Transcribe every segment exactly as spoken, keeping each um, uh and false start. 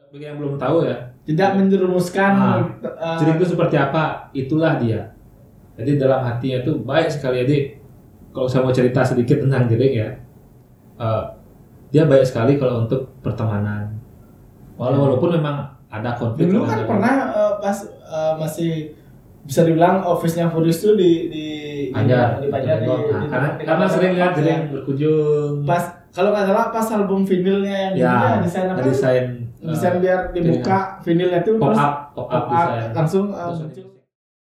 bagi yang belum tahu ya, tidak menjerumuskan nah, uh, Jering itu seperti apa, itulah dia. Jadi dalam hatinya tuh baik sekali. Jadi kalau saya mau cerita sedikit tentang Jering ya, uh, dia baik sekali kalau untuk pertemanan. Walau walaupun memang ada konflik. Dulu kan pernah uh, pas uh, masih bisa dibilang office-nya Furious tuh di di Panjar, di Panjar di, nah, di, karena, di, karena di, sering lihat ya. Jering berkunjung. Pas kalau nggak salah pas album vinilnya yang ya, dia desain apa? Desain, desain uh, biar dibuka vinilnya tuh pop terus up, pop up, pop up langsung uh, terus muncul.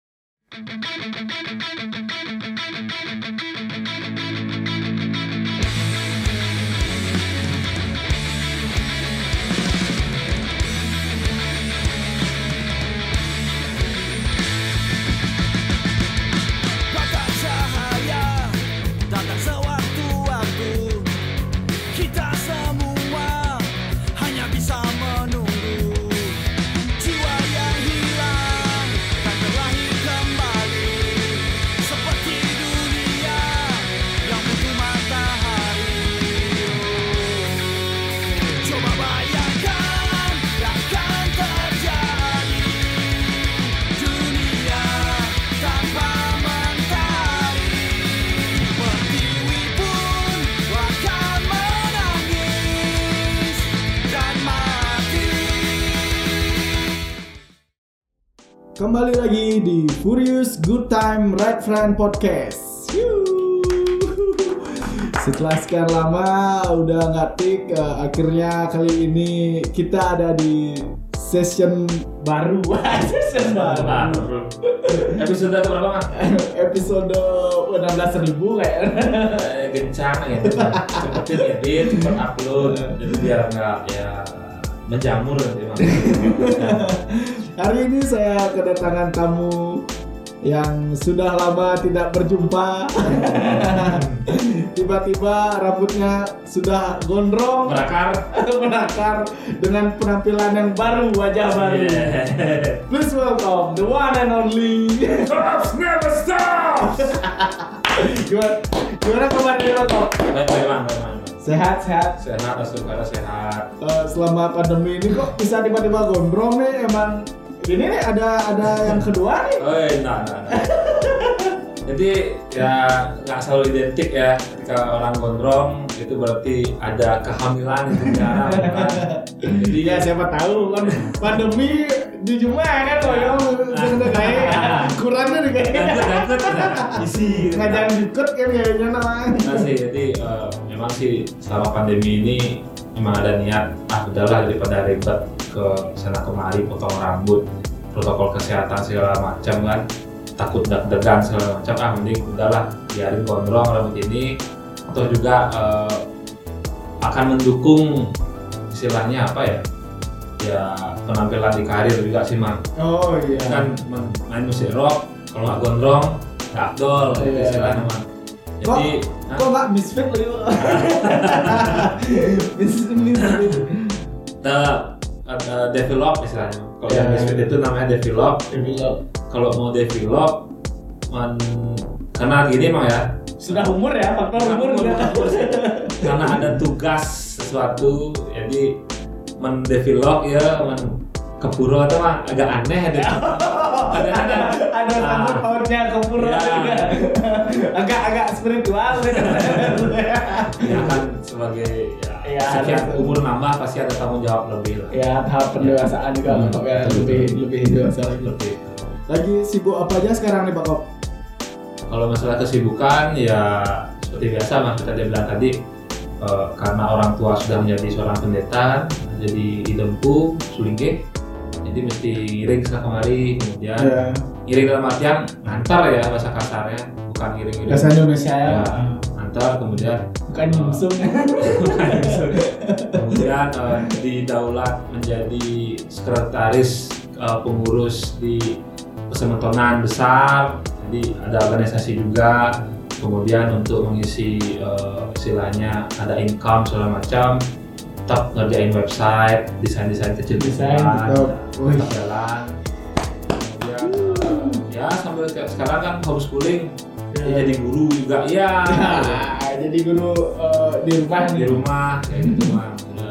Kembali lagi di Furious Good Time Right Friend Podcast. Yuh. Setelah sekian lama udah ngatik, uh, akhirnya kali ini kita ada di session baru. Session baru. Episode berapa Mas? Episode enam belas ribu kayaknya. Gencang ya, cepetin edit, cepet upload, jadi biar nggak ya menjamur nanti Mas. Hari ini saya kedatangan tamu yang sudah lama tidak berjumpa. Tiba-tiba rambutnya sudah gondrong, merakar, merakar dengan penampilan yang baru, wajah baru. Yeah. Please welcome the one and only Cops Never Stop. Gimana, gimana kabarnya Kok? Baik, baik, Bang, baik. Sehat, sehat. Sehat, alhamdulillah sehat. Uh, selama pandemi ini kok bisa tiba-tiba gondrong nih, emang ini nih ada ada yang kedua nih. Oh, enggak, enggak, enggak. Jadi ya nggak selalu identik ya, ketika orang gondrong itu berarti ada kehamilan itu jarang kan. Jadi ya siapa tahu kan pandemi di Jumat kan loh ya, sudah kayak kurangnya nih kayaknya. Gantut, gantut, isi. Ngajarin dikut kan kayaknya namanya. Nah sih, jadi uh, memang sih selama pandemi ini memang ada niat, ah udahlah daripada ribet ke sana kemari potong rambut, protokol kesehatan segala macam kan, takut deg-degan segala macam, ah mending udahlah biarin gondrong rambut ini, atau juga uh, akan mendukung istilahnya apa ya, ya penampilan di karir juga sih Mang. Oh iya. Kan Main musik rock, kalau nggak gondrong, nggak afdol, oh, iya. Istilahnya Mang. Jadi kok kok nggak misfit lagi Pak? Misfit. The uh, develop istilahnya. Kalau yeah, yang misfit itu namanya develop. Develop. Kalau mau develop, man, karena gini Mang ya. Sudah umur ya, faktor umur udah. Karena ada tugas sesuatu, jadi mendevelop ya, men kepuro itu mah agak aneh ada. ada ada ada sangkut pautnya kepuro ya. Juga. Agak-agak spiritual gitu. Ya kan sebagai ya, ya sekian ada, umur nambah pasti ada tanggung jawab lebih lah. Ya tahap pendewasaan juga hmm, Pak ya, lebih lebih dewasa lebih. Lagi sibuk apa aja sekarang nih Pak Kop? Kalau masalah kesibukan ya seperti biasa Mas kita bilang tadi, uh, karena orang tua sudah menjadi seorang pendeta, jadi idempu sulingke, jadi mesti ngiring kesana kemari, kemudian yeah. Ngiring dalam artian ngantar ya bahasa kasarnya, bukan ngiring-ngiring bahasa Indonesia ya, ya ngantar, kemudian bukan nyungsung uh, bukan nyungsung kemudian uh, didaulat menjadi sekretaris uh, pengurus di persemetonan besar. Jadi ada organisasi juga, kemudian untuk mengisi uh, istilahnya ada income segala macam, tetap ngerjain website, desain-desain kecil-kecilan, tetap jalan. Kemudian uh, ya sambil sekarang kan homeschooling, ya, jadi guru juga ya. Ya jadi guru uh, di rumah di rumah kayak gitu mah. Ya.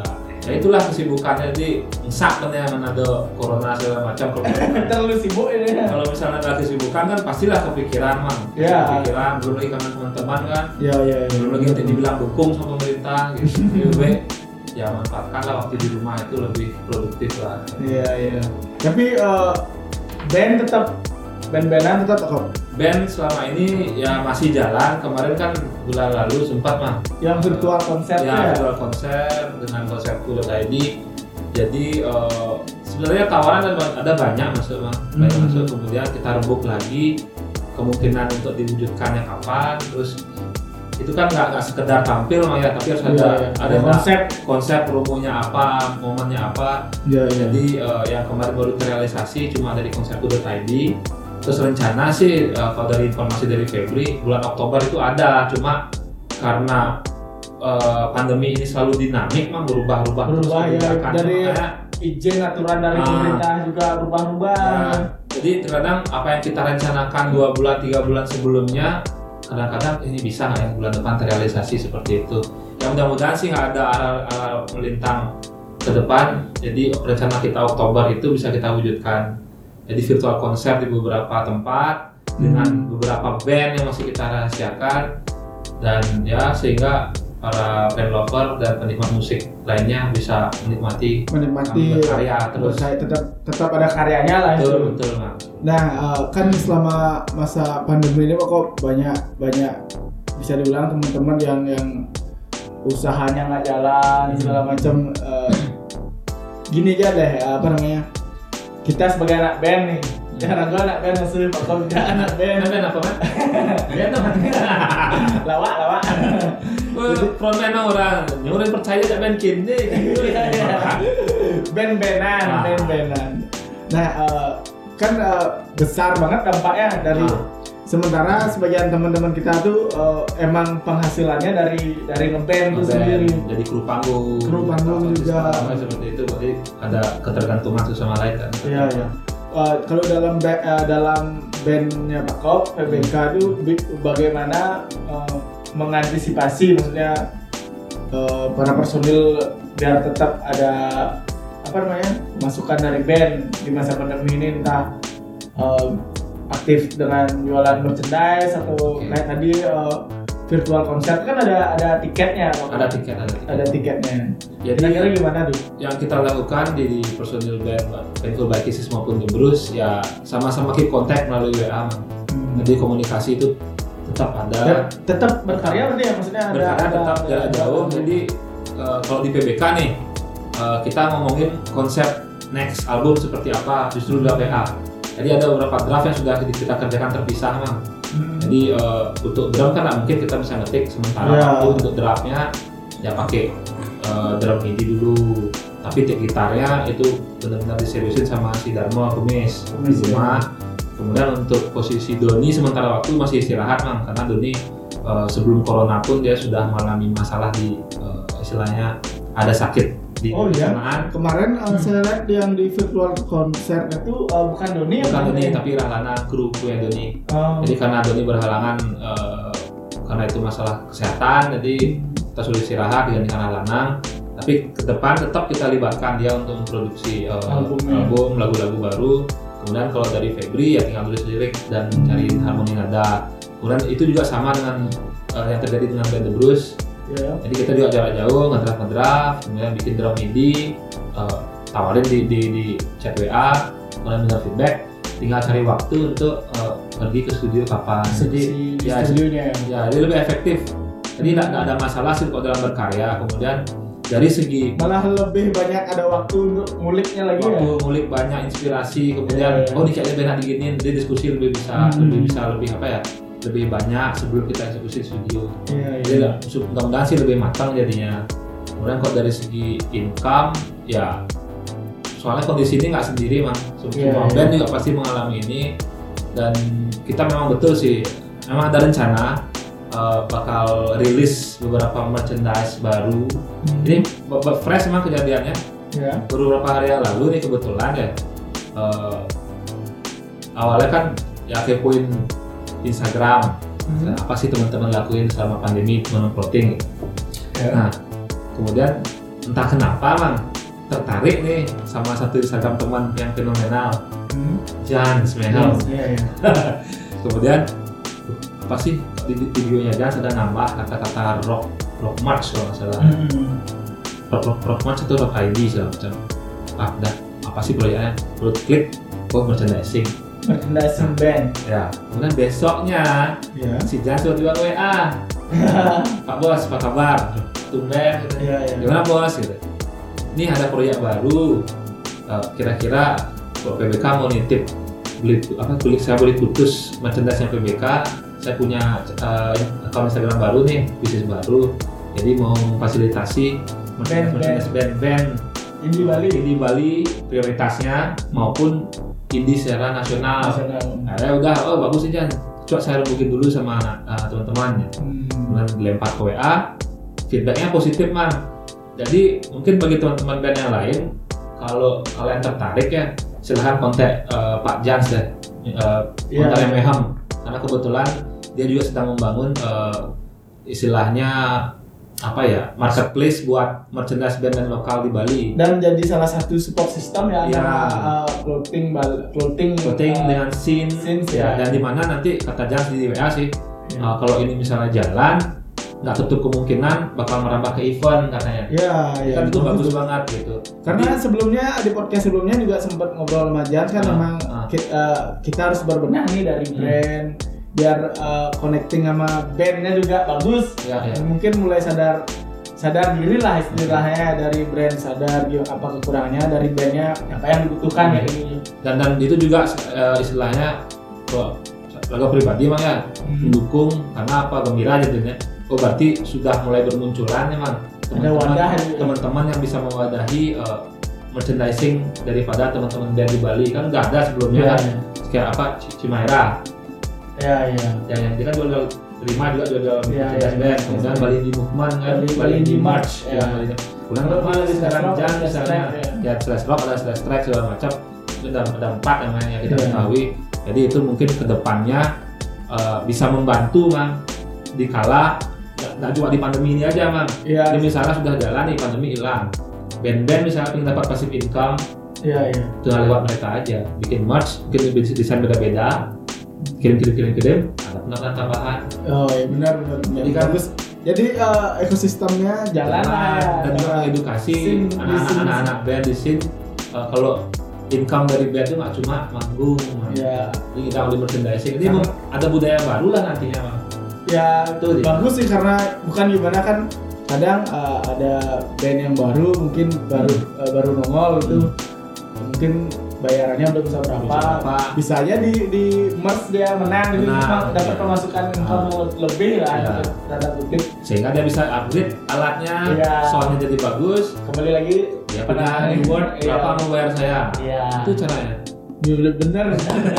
Ya itulah kesibukannya, jadi ngesak kan ya, mana ada corona segala macam. Terlalu sibuk ini. Kalau misalnya ada kesibukan kan pastilah kepikiran mang. Ya. Kepikiran, belum lagi kangen teman-teman kan. Iya iya. Ya. Belum lagi nanti dibilang dukung sama pemerintah gitu. Jadi ya manfaatkanlah waktu di rumah itu lebih produktif lah. Iya iya. Tapi uh, band tetap band-bandan tetap kok. Band selama ini ya masih jalan. Kemarin kan bulan lalu sempat mah. Yang virtual konser ya. Ya. Virtual konser dengan konsepku dot I D. Jadi uh, sebenarnya tawaran ada, ada banyak masuk mah. Banyak hmm. masuk. Kemudian kita rembuk lagi kemungkinan untuk diwujudkannya kapan. Terus itu kan nggak nggak sekedar tampil mah ya, tapi harus ada ya, ya. ada konsep konsep promonya apa, momennya apa. Ya, ya. Jadi uh, yang kemarin baru terrealisasi cuma ada di konsepku dot I D. Terus rencana sih uh, kalau dari informasi dari Febri bulan Oktober itu ada, cuma karena uh, pandemi ini selalu dinamik mah berubah-ubah terus ya, dari kayak izin aturan dari uh, pemerintah juga berubah-ubah. Ya, jadi terkadang apa yang kita rencanakan dua bulan tiga bulan sebelumnya kadang-kadang ini bisa nggak ya bulan depan terrealisasi seperti itu. Ya mudah-mudahan sih nggak ada arah-arah melintang ke depan. Jadi rencana kita Oktober itu bisa kita wujudkan. Jadi virtual konser di beberapa tempat hmm. dengan beberapa band yang masih kita rahasiakan, dan ya sehingga para band lover dan penikmat musik lainnya bisa menikmati menikmati karya terus. Saya tetap tetap ada karyanya lah. Betul itu. betul Mas. Nah uh, kan selama masa pandemi ini kok banyak banyak bisa dibilang teman-teman yang yang usahanya nggak jalan hmm. segala macam. Uh, gini aja deh apa namanya? Kita sebagai anak band nih, karena gue anak band maksudnya Pak Kom tidak anak band. Anak band apa kan? Band apa? Lawak lawak. Frontman orang, nyuruh percaya tak band kini gitu. Band-bandan, ah. band-bandan. Nah uh, kan uh, besar banget dampaknya dari. Ah. Sementara sebagian teman-teman kita tuh uh, emang penghasilannya dari dari ngeband itu sendiri. Jadi kru panggung. Kru panggung juga. Seperti itu, berarti ada ketergantungan satu sama lain kan. Iya iya. Uh, kalau dalam ba- uh, dalam bandnya Pak Kop, P B K itu hmm. bagaimana uh, mengantisipasi, maksudnya uh, para personil biar tetap ada apa namanya masukan dari band di masa pandemi ini, entah uh, aktif dengan jualan merchandise atau okay. kayak tadi uh, virtual konser kan ada ada tiketnya. Ada tiket, ada tiket. Ada tiketnya. Jadi kira-kira gimana tuh? Yang kita lakukan di personil band Painful by Kisses maupun The Bruce ya sama-sama keep kontak melalui W A. Hmm. Jadi komunikasi itu tetap ada. Dan tetap berkarya berarti ya, maksudnya ada berkarya ada, tetap ada, jarak ada, jauh. ada. Jadi uh, kalau di P B K nih uh, kita ngomongin konsep next album seperti apa justru udah W A. Jadi ada beberapa draft yang sudah kita kerjakan terpisah Mang. Hmm. Jadi uh, untuk drum kan nggak mungkin kita bisa ngetik sementara yeah. waktu untuk draftnya ya pakai uh, drum M I D I dulu. Tapi tik gitarnya itu benar-benar diseriusin sama si Darmo Kumis di rumah. Ya. Kemudian untuk posisi Doni sementara waktu masih istirahat Mang, karena Doni uh, sebelum corona pun dia sudah mengalami masalah di uh, istilahnya ada sakit. Di oh iya, sanaan. Kemarin uh, hmm. saya lihat yang di virtual konser itu uh, bukan Doni bukan ya? Doni, tapi Rahlana, kru krunya Doni. Oh. Jadi karena Doni berhalangan uh, karena itu masalah kesehatan, jadi kita sudah istirahat digantikan Rahlana. Tapi ke depan tetap kita libatkan dia untuk memproduksi uh, album, lagu-lagu baru. Kemudian kalau dari Febri ya tinggal tulis lirik dan cari harmoni nada. Kemudian itu juga sama dengan uh, yang terjadi dengan band The Bruce. Yeah. Jadi kita juga jarak jauh ngedraft ngedraft, kemudian bikin drum M I D I, uh, tawarin di, di di chat W A, kemudian dengar feedback, tinggal cari waktu untuk uh, pergi ke studio kapan. Sendiri di ya, studionya. Ya, jadi lebih efektif. Jadi tidak ada masalah sih kalau dalam berkarya. Kemudian dari segi malah lebih banyak ada waktu untuk nguliknya lagi waktu ya. ngulik banyak inspirasi, kemudian yeah. oh ini kayaknya benar diginin, jadi diskusi lebih bisa hmm. lebih bisa lebih apa ya? Lebih banyak sebelum kita eksekusi studio. Yeah, yeah. Jadi mudah-mudahan sih lebih matang jadinya. Kemudian kalau dari segi income ya soalnya kondisi ini nggak sendiri Mang. Semua yeah, band yeah. juga pasti mengalami ini, dan kita memang betul sih memang ada rencana uh, bakal rilis beberapa merchandise baru. Hmm. Ini fresh memang kejadiannya. Yeah. Beberapa hari yang lalu nih kebetulan ya uh, awalnya kan ya kepoin Instagram, hmm. apa sih teman-teman lakuin selama pandemi, teman-teman plotting. Yeah. Nah, kemudian entah kenapa mang tertarik nih sama satu Instagram teman yang fenomenal, hmm. Jan Smehel. Iya, iya. Kemudian apa sih di videonya Jan ada nambah kata-kata rock rock march kalau nggak salah. Hmm. Rock rock rock march itu rock I D segala macam. Ah, dah apa sih proyeknya? Perlu klik, oh merchandising. Merchandising band. Ya, kemudian besoknya ya. Si Jan tiba-tiba W A. Pak Bos, apa kabar? Tumben. Gitu. Ya, ya. Gimana bos? Gitu. Ini ada proyek baru, uh, kira-kira P B K mau nitip beli apa beli saya boleh putus merchandise P B K. Saya punya uh, akun Instagram baru nih, bisnis baru, jadi mau memfasilitasi merchandise band-band Indie Bali, Indie Bali prioritasnya maupun indie secara nasional. nasional. Nah, ya udah, oh bagus sih Jan, coba saya rembukin dulu sama uh, teman-temannya. Hmm. Kemudian dilempar ke W A, feedbacknya positif man. Jadi mungkin bagi teman-teman band yang lain, kalau kalian tertarik ya silahkan kontak uh, Pak Jans deh, uh, kontak yeah. Mehem, karena kebetulan dia juga sedang membangun uh, istilahnya apa ya marketplace buat merchandise band-band lokal di Bali. Dan jadi salah satu support system ya, yeah. antara uh, clothing, bal- clothing, clothing uh, dengan scene, scene ya, ya. Dan di mana nanti kata Jans di W A sih, yeah. uh, kalau ini misalnya jalan nggak tutup kemungkinan bakal merambah ke event katanya. Iya, iya. Kan itu bagus banget gitu. Karena jadi, sebelumnya di podcast sebelumnya juga sempat ngobrol sama Jan kan uh, memang uh. Kita, uh, kita harus berbenah nih dari hmm. brand biar uh, connecting sama bandnya juga bagus. Ya, ya. Mungkin mulai sadar sadar diri lah istilahnya, dari brand sadar apa kekurangannya dari bandnya, apa yang dibutuhkan hmm. ya ini. Dan dan itu juga uh, istilahnya kok laga pribadi emang ya hmm. mendukung karena apa gembira jadinya. Oh berarti sudah mulai bermunculan emang teman-teman teman-teman yang bisa mewadahi uh, merchandising daripada teman-teman band di Bali kan nggak ada sebelumnya ya, kan ya. Kayak apa Cimaira ya ya yang yang kita jual terima juga jual merchandise ya, band ya, kemudian ya. Bali Indie Movement kan Bali, Bali Indie March ya bulan depan sekarang Jan misalnya ya slash rock ada slash track segala macam itu ada ada empat namanya yang kita ya. Ketahui jadi itu mungkin kedepannya uh, bisa membantu mang dikala nggak cuma di pandemi ini aja mang. Ya. Ini misalnya sudah jalan nih pandemi hilang, band-band misalnya ingin dapat passive income, ya, ya. Dengan lewat mereka aja, bikin merch, bikin desain beda-beda, kirim-kirim-kirim-kirim, ada pendapatan tambahan. Oh iya benar benar. Jadi kan terus, jadi uh, ekosistemnya jalan lah. Dan juga edukasi anak-anak anak-anak band di sini uh, kalau income dari band itu nggak cuma manggung, ya. Ini kita beli merchandising, ini nah. Ada budaya baru lah nantinya mang. Ya itu bagus sih karena bukan gimana kan kadang uh, ada band yang baru mungkin baru hmm. uh, baru nongol itu hmm. mungkin bayarannya udah bisa berapa, berapa. Bisa aja di di merch dia menang jadi nah, dapat ya. Pemasukan income nah. Lebih lah ya. Tanda kutip sehingga dia bisa upgrade alatnya ya. Soundnya jadi bagus kembali lagi dia punya reward ya. Berapa mau bayar saya ya. Itu caranya bener bener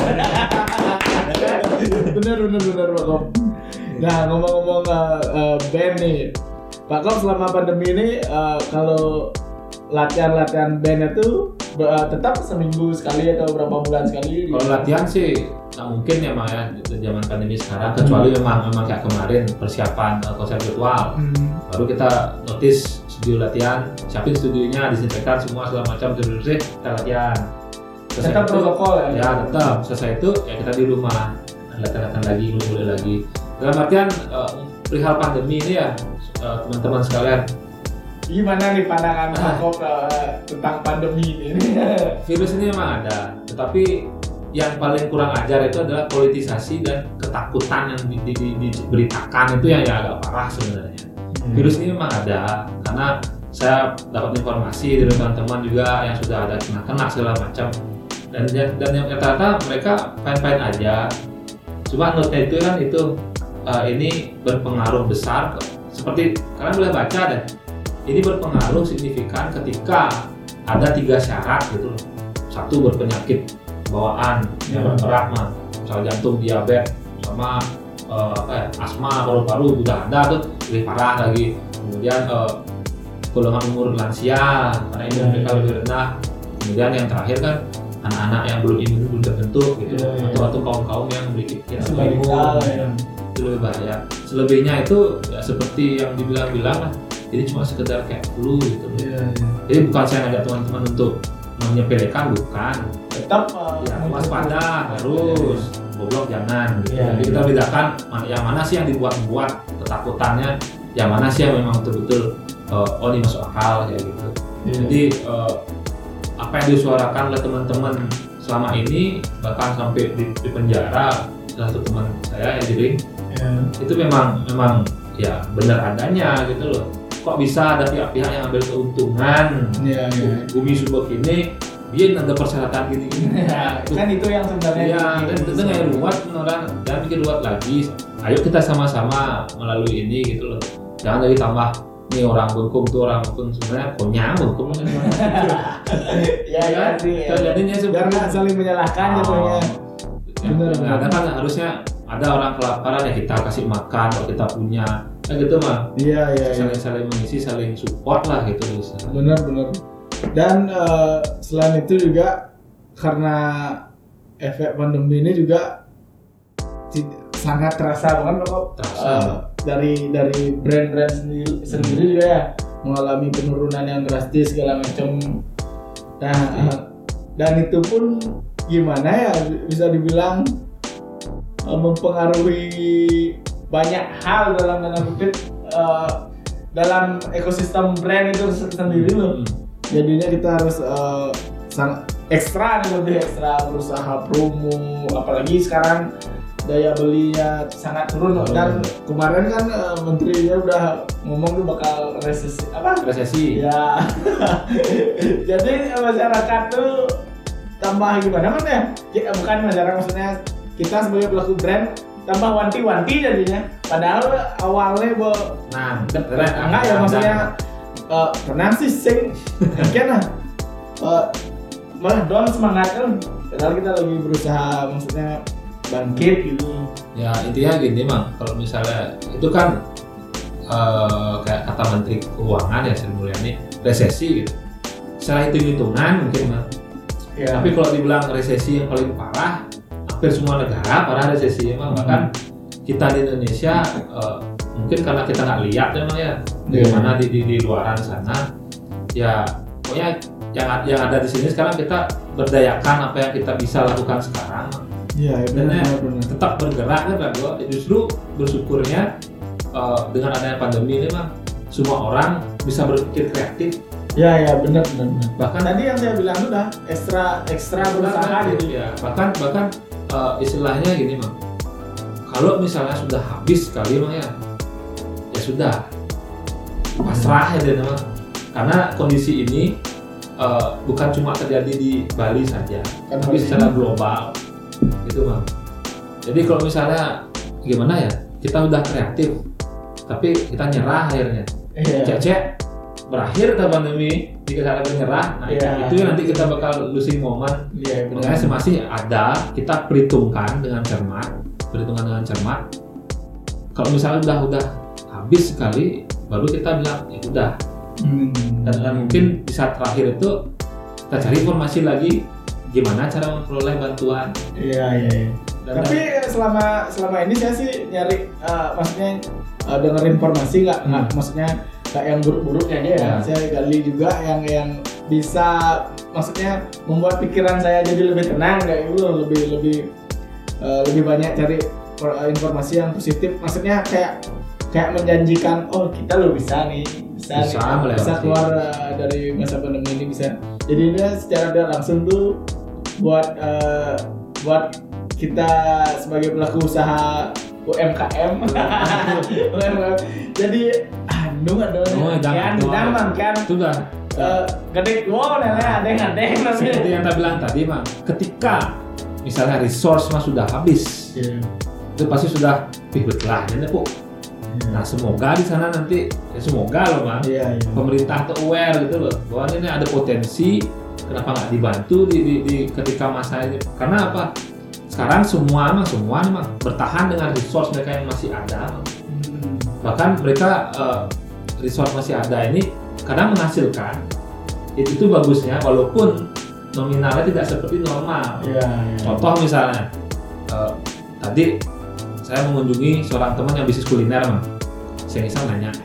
bener bener bener Pak. Nah ngomong-ngomong uh, uh, band nih, Pak Kop selama pandemi ini uh, kalau latihan-latihan band itu uh, tetap seminggu sekali atau berapa bulan sekali? Kalau latihan sih nggak mungkin ya Mak ya di zaman pandemi sekarang, kecuali hmm. memang memang kayak kemarin persiapan uh, konser virtual, hmm. baru kita notice studio latihan, siapin studionya, disinfektan semua segala macam bersih-bersih, kita latihan. Tetap protokol ya? Ya tetap, selesai itu ya kita di rumah, latihan-latihan lagi, mulai lagi. Dalam artian uh, perihal pandemi ini ya uh, teman-teman sekalian, gimana nih pandangan Pak Kop uh, tentang pandemi ini? Virus ini memang ada, tetapi yang paling kurang ajar itu adalah politisasi dan ketakutan yang di, di, di, diberitakan itu yang ya agak parah sebenarnya. Hmm. Virus ini memang ada karena saya dapat informasi dari teman-teman juga yang sudah ada kena-kena segala macam dan dan yang rata-rata mereka fine-fine aja. Cuma note itu kan itu Uh, ini berpengaruh besar ke, seperti kalian boleh baca deh. Ini berpengaruh signifikan ketika ada tiga syarat gitu loh. Satu berpenyakit bawaan yang bergerak mah, misal jantung, diabetes, sama uh, apa ya, asma, paru-paru udah ada tuh lebih parah lagi. Kemudian uh, golongan umur lansia karena ini mereka lebih rendah. Kemudian yang terakhir kan anak-anak yang belum imun belum terbentuk gitu, ya, ya. atau atau kaum-kaum yang memiliki ya, imun. Ya. Itu lebih bahaya. Selebihnya itu ya seperti yang dibilang-bilang lah, Jadi cuma sekedar kayak flu gitu. Iya, iya. Jadi bukan saya ngajak teman-teman untuk menyepelekan, bukan. Tetap uh, Ya, waspada harus, goblok jangan. Gitu. Iya, Jadi iya. kita bedakan yang mana sih yang dibuat-buat ketakutannya, yang mana sih yang memang betul-betul uh, oh ini masuk akal kayak gitu. Iya. Jadi uh, apa yang disuarakan oleh teman-teman selama ini bahkan sampai di, di penjara, salah satu teman saya yang di Iya. itu memang memang ya benar adanya gitu loh. Kok bisa ada pihak-pihak yang ambil keuntungan? Iya, iya. Bumi subak ini dia ada persyaratan gini-gini. Ya, kan itu yang sebenarnya Iya, dan itu nggak ruwet orang dan bikin ruwet lagi. Ayo kita sama-sama melalui ini gitu loh. Jangan lagi tambah nih orang bengkung tuh orang bengkung sebenarnya konyang bengkung. ya ya sih. Ya. Jadinya Biar sebenarnya nggak saling menyalahkan gitu ya. Benar, Nah, ada kan harusnya ada orang kelaparan ya kita kasih makan kalau kita punya. Nah gitu mah. Iya iya. iya. Saling-saling mengisi, saling support lah gitu bisa. Benar benar. Dan uh, selain itu juga karena efek pandemi ini juga ti- sangat terasa banget kok Terasa. uh, dari dari brand-brand sendiri, sendiri juga ya mengalami penurunan yang drastis segala macam. Nah uh, dan itu pun gimana ya bisa dibilang uh, mempengaruhi banyak hal dalam dalam uh, dalam ekosistem brand itu sendiri loh. Hmm. Jadinya kita harus uh, sangat ekstra nih, lebih ekstra berusaha promo, apalagi sekarang daya belinya sangat turun. Oh. Dan kemarin kan uh, menterinya udah ngomong tuh bakal resesi apa? Resesi. Ya. Jadi masyarakat tuh tambah gimana man ya? Ya, bukan masyarakat, maksudnya kita sebagai pelaku brand tambah wanti-wanti jadinya. Padahal awalnya bo Nah, enggak ya maksudnya uh, tenang sih sing kan lah uh, malah down semangat kan. Padahal kita lagi berusaha maksudnya bangkit gitu. Ya intinya gini mang, kalau misalnya itu kan uh, kayak kata Menteri Keuangan ya Sri Mulyani, resesi gitu. Setelah hitung-hitungan mungkin mang. Ya. Tapi kalau dibilang resesi yang paling parah, hampir semua negara parah resesi emang. Hmm. Bahkan kita di Indonesia uh, mungkin karena kita nggak lihat emang ya bagaimana di, di di luaran sana. Ya pokoknya yang yang ada di sini sekarang kita berdayakan apa yang kita bisa lakukan sekarang. Iya, Dan benar ya, benar. tetap bergerak kan Pak Bro. Justru bersyukurnya uh, dengan adanya pandemi ini mah semua orang bisa berpikir kreatif. Ya ya benar benar benar. Bahkan Tadi yang saya bilang tuh dah ekstra ekstra berusaha gitu. ya. Bahkan bahkan uh, istilahnya gini Mang. Kalau misalnya sudah habis sekali Mang ya. Ya sudah. Pasrah ya Mang. Karena kondisi ini uh, bukan cuma terjadi di Bali saja, Kan tapi Bali. secara global. Gitu Mang. Jadi kalau misalnya gimana ya? Kita udah kreatif tapi kita nyerah akhirnya. Iya. Cek-cek berakhir ke pandemi jika kita menyerah, nah Iya. itu yang nanti kita bakal losing moment. Iya benar. Makanya masih ada, kita perhitungkan dengan cermat, perhitungan dengan cermat. Kalau misalnya udah udah habis sekali, baru kita bilang ya udah. Hmm. Dan, dan mungkin di saat terakhir itu kita cari informasi lagi gimana cara memperoleh bantuan. Iya iya. iya. Dan, Tapi selama selama ini saya sih nyari uh, maksudnya uh, dengar informasi nggak nggak Hmm. maksudnya kayak yang buruk-buruknya aja ya. Ya. Saya gali juga yang yang bisa maksudnya membuat pikiran saya jadi lebih tenang kayak gitu, lebih lebih uh, lebih banyak cari uh, informasi yang positif. Maksudnya kayak kayak menjanjikan oh kita lo bisa nih bisa Bisa nih, melewati. bisa keluar uh, dari masa pandemi ini bisa. Jadi dia secara tidak langsung tuh buat uh, buat kita sebagai pelaku usaha U M K M U M K M jadi anu ada Oh, jangan, kan jangan. zaman kan itu udah eh, gede wow nenek ada yang ada yang seperti yang kita bilang tadi Mang, ketika misalnya resource mah sudah habis, itu pasti sudah pivot lah, jadi Bu. Nah semoga di sana nanti, ya semoga loh Mang, iya iya pemerintah tuh aware gitu loh, bahwa ini ada potensi, kenapa nggak dibantu di, di, di ketika masa ini? Karena apa? Sekarang semua mah semua nih Mang bertahan dengan resource mereka yang masih ada, Mang. Bahkan mereka uh, resource masih ada ini kadang menghasilkan. Itu, itu bagusnya, walaupun nominalnya tidak seperti normal. iya iya Contoh misalnya, uh, tadi saya mengunjungi seorang teman yang bisnis kuliner, Mang. Saya misal nanya,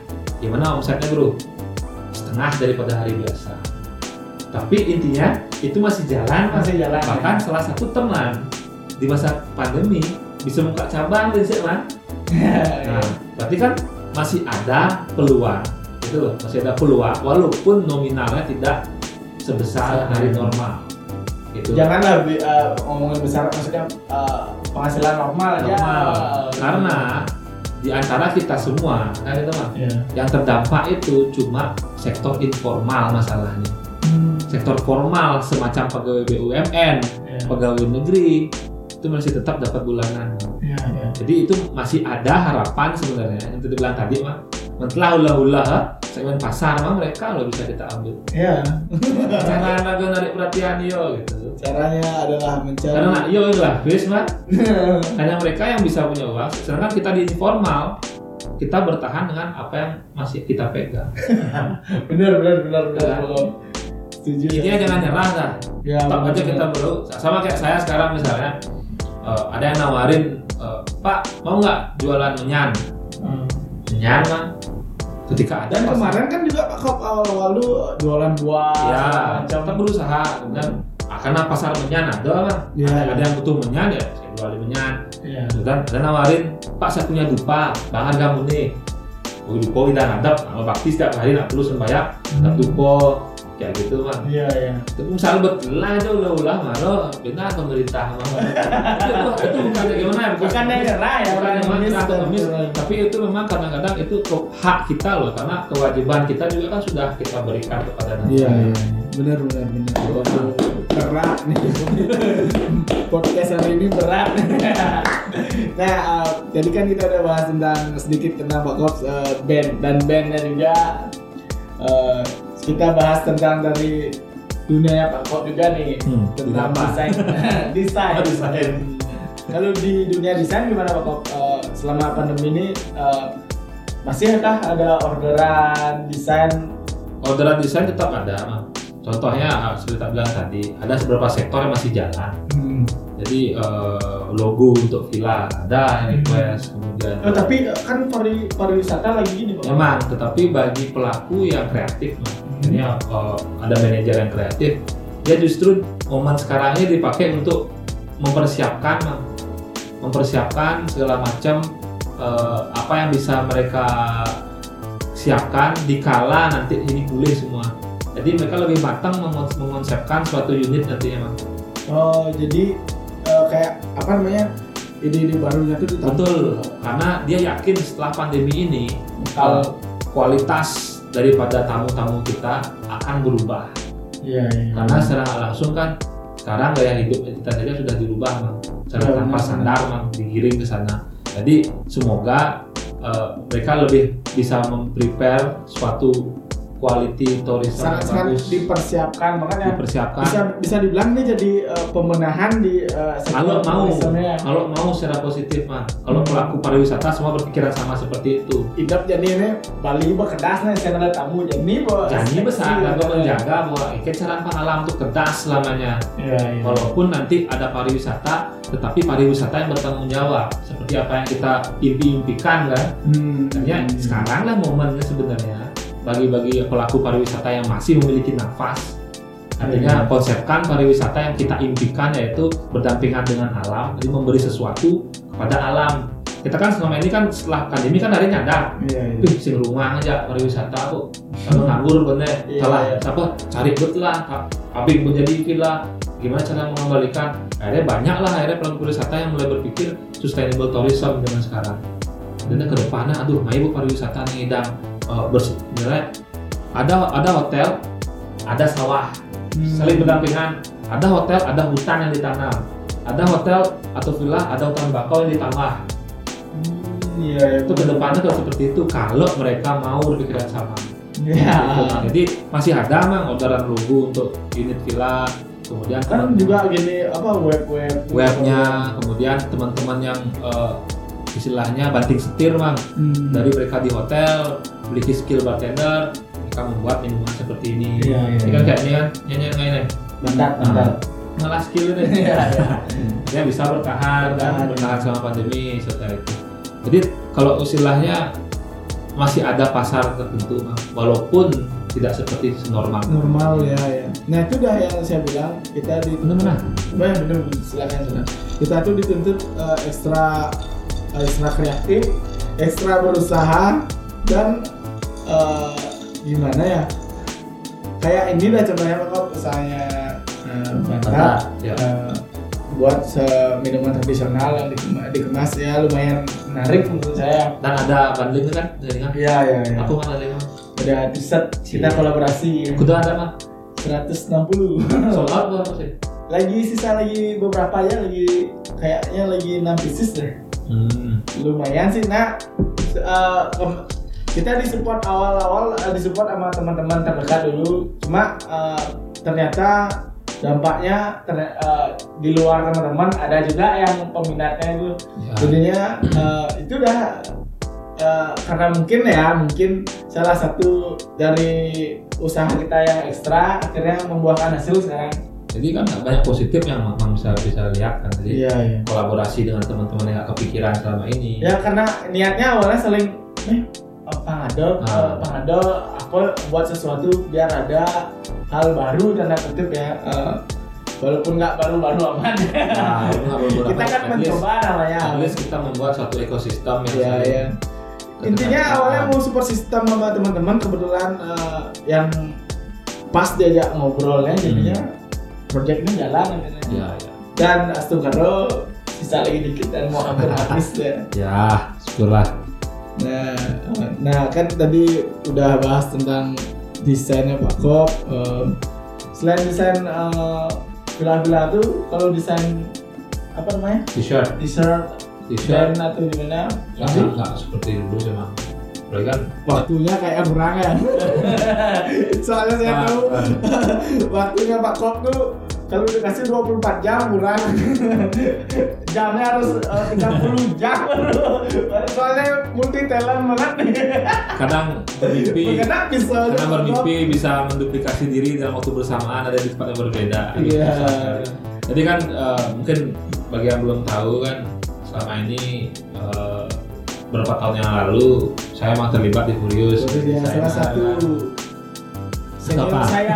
gimana omsetnya bro? Setengah daripada hari biasa. Tapi intinya itu masih jalan, Masih jalan, bahkan ya. salah satu teman di masa pandemi bisa buka cabang di Zeeland. Nah, berarti kan masih ada peluang, gitu loh, masih ada peluang walaupun nominalnya tidak sebesar hari normal. Gitu. Janganlah uh, ngomongin besar, maksudnya uh, penghasilan normal, aja. Normal. Karena di antara kita semua, kan teman, yeah. yang terdampak itu cuma sektor informal masalahnya. Hmm. Sektor formal semacam pegawai B U M N, Yeah. pegawai negeri itu masih tetap dapat bulanan. Yeah, yeah. Jadi itu masih ada harapan sebenarnya. Yang tadi bilang tadi mah, mentlah ulah-ulah segmen pasar mah mereka loh bisa kita ambil. Iya. Jangan lagi narik perhatian yo gitu. Caranya adalah mencari. Karena yo lah, bis mah. Hanya mereka yang bisa punya uang. Sedangkan kita di informal, kita bertahan dengan apa yang masih kita pegang. benar, benar, benar, benar. Ya. Setuju. Intinya jangan nyerah dah. Ya, Tetap benar, aja kita benar. bro. Sama kayak saya sekarang misalnya, uh, ada yang nawarin, uh, Pak mau nggak jualan menyan? Hmm. Menyan mah. Ketika ada Dan pasar- kemarin kan juga Pak Kop awal-awal lu jualan buah. ya, macam. kita berusaha kemudian ah, karena pasar menyan ada lah. Ya. Ada, ada yang butuh menyan ya, saya jualin menyan. Iya. Dan ada nawarin, Pak saya punya dupa, bahan kamu nih. Oh dupa kita ngadap, sama bakti setiap hari nak perlu sembahyang, ngadap dupa, kayak gitu mah. Iya, iya. Tapi misalnya betul aja ulah-ulah maro, benar pemerintah mah. itu, itu bukan gimana ya? Bukan yang nyerah ya, bukan yang ngemis atau dan ngemis, betul. tapi itu memang kadang-kadang itu ke- hak kita loh, karena kewajiban kita juga kan sudah kita berikan kepada negara. Iya, iya. Benar, benar, benar. Waduh, berat nih. Podcast hari ini berat. Nah, uh, jadi kan kita udah bahas tentang sedikit tentang Pak Kops, uh, band dan bandnya juga. Uh, kita bahas tentang dari dunia Pak Kops juga nih, Hmm, tentang apa? desain. desain. Oh, desain. Kalau di dunia desain gimana Pak Kops? Uh, selama pandemi ini uh, masihkah ada orderan desain? Orderan desain tetap ada, Mang. Contohnya seperti tak bilang tadi, ada beberapa sektor yang masih jalan. Hmm. Jadi eh, logo untuk villa ada yang request, kemudian Oh, tapi kan pari, pariwisata lagi gini Pak. memang, tetapi bagi pelaku yang kreatif, Mang, ini eh, ada manajer yang kreatif, dia justru momen sekarang ini dipakai untuk mempersiapkan, Mang. mempersiapkan segala macam eh, apa yang bisa mereka siapkan dikala nanti ini pulih semua. Jadi mereka lebih matang mengons- mengonsepkan suatu unit nantinya, Mang. Oh, jadi eh, kayak apa namanya? Ide-ide barunya itu ditampung. Betul, karena dia yakin setelah pandemi ini Kalau- eh, kualitas daripada tamu-tamu kita akan berubah. Iya, iya. Karena secara nggak langsung kan sekarang gaya hidup kita saja sudah dirubah, Mang. Secara Ya, tanpa benar, sadar, Mang, digiring ke sana. Jadi semoga eh, mereka lebih bisa memprepare suatu quality tourism yang sangat-sangat bagus, dipersiapkan, makanya dipersiapkan. bisa bisa dibilang ini jadi eh, pemenahan di eh, sektor Kalau mau, turismenya. kalau mau secara positif, Mang. Kalau Hmm. pelaku pariwisata semua berpikiran sama seperti itu. Idap jadi ini Bali bekedas nih, saya ada tamu jadi bo. Janji besar, Iya, dan iya. menjaga bahwa ikan cara alam itu kedas selamanya. Iya, iya. Walaupun nanti ada pariwisata, tetapi pariwisata yang bertanggung jawab, seperti apa yang kita impi-impikan kan. Hmm. Makanya sekarang lah momennya sebenarnya bagi-bagi pelaku pariwisata yang masih memiliki nafas. Artinya Hmm. konsepkan pariwisata yang kita impikan yaitu berdampingan dengan alam, jadi memberi sesuatu kepada alam. Kita kan selama ini kan setelah pandemi kan hari nyadar, Iya, iya. ih sing rumah aja pariwisata kok, kalau nganggur bener, Iya, salah iya. apa cari bet lah, pabrik menjadi villa, gimana cara mengembalikan? Akhirnya banyak lah akhirnya pelaku pariwisata yang mulai berpikir sustainable tourism zaman sekarang. Dan ke depannya, aduh, mau pariwisata nih idang uh, bersih, misalnya ada ada hotel, ada sawah, Hmm. saling berdampingan, ada hotel, ada hutan yang ditanam, ada hotel atau villa, ada hutan bakau yang ditambah. Hmm, Iya, Itu kedepannya kalau seperti itu kalau mereka mau berpikiran sama. Iya. Gitu. Jadi masih ada Mang orderan logo untuk unit villa, kemudian Kan teman- juga gini apa web-web webnya, kemudian teman-teman yang eh, istilahnya banting setir, Mang, Hmm. dari mereka di hotel memiliki skill bartender, mereka membuat minuman seperti ini. Iya, iya, Ini kan iya. kayak ini kan nyanyi nyanyi Mantap, mantap. malah skill ini. Iya, iya. Dia bisa bertahan, Bertahan. kan bertahan selama pandemi seperti itu. Jadi kalau istilahnya masih ada pasar tertentu Bang. Walaupun tidak seperti normal. Normal ya ya. Nah itu dah yang saya bilang kita di Benar-benar. Benar benar silakan silakan. Kita tuh dituntut uh, ekstra uh, ekstra kreatif, ekstra berusaha dan uh, gimana ya? Kayak ini lah contohnya kok usahanya uh, Bata, ya. uh, buat minuman tradisional yang dikemas, dikemas ya lumayan menarik menurut saya. Dan ada bundling kan? Iya iya iya. Aku mana lagi? Ada t-shirt kita kolaborasi. Kudu ada mah. seratus enam puluh. Sold out belum sih? Lagi sisa lagi beberapa ya lagi kayaknya lagi enam pieces deh. Hmm. Lumayan sih. Nah, uh, um, kita disupport awal-awal uh, disupport sama teman-teman terdekat dulu. Cuma uh, ternyata dampaknya ter- uh, di luar teman-teman ada juga yang peminatnya itu. Ya. Jadinya uh, itu udah uh, karena mungkin ya mungkin salah satu dari usaha kita yang ekstra akhirnya membuahkan hasil sekarang. Jadi kan banyak positif yang memang bisa bisa lihat kan. Jadi iya, iya. kolaborasi dengan teman-teman yang gak kepikiran selama ini. Ya karena niatnya awalnya saling eh pengado, ah. pengado apa buat sesuatu biar ada hal baru tanda kutip ya. Uh, walaupun nggak baru-baru amat. Nah, baru-baru kita kan mencoba namanya. At least kita membuat satu ekosistem yang iya, iya. Intinya awalnya mau support sistem sama teman-teman, kebetulan uh, yang pas diajak ngobrolnya jadinya hmm. project ini jalan gitu. Ya, ya. Dan astagfirullah sisa lagi dikit dan mau hampir habis ya. Ya, syukurlah. Nah, nah kan tadi udah bahas tentang desainnya Pak Kop. Uh, selain desain uh, villa-villa tuh, kalau desain apa namanya? T-shirt. T-shirt. T-shirt atau gimana? Enggak, enggak seperti dulu sih Bang. Berarti kan waktunya kayak kurang ya. Soalnya saya tahu waktunya Pak Kop tuh kalau dikasih dua puluh empat jam kurang. Jamnya harus uh, tiga puluh jam. Soalnya multi talent banget nih. Kadang bermimpi. Kadang bisa. Kadang bermimpi bisa menduplikasi diri dalam waktu bersamaan ada di tempat yang berbeda. Iya. Jadi kan uh, mungkin bagi yang belum tahu kan selama ini uh, beberapa tahun yang lalu saya memang terlibat di Furious. Ya, salah satu senior apa? saya.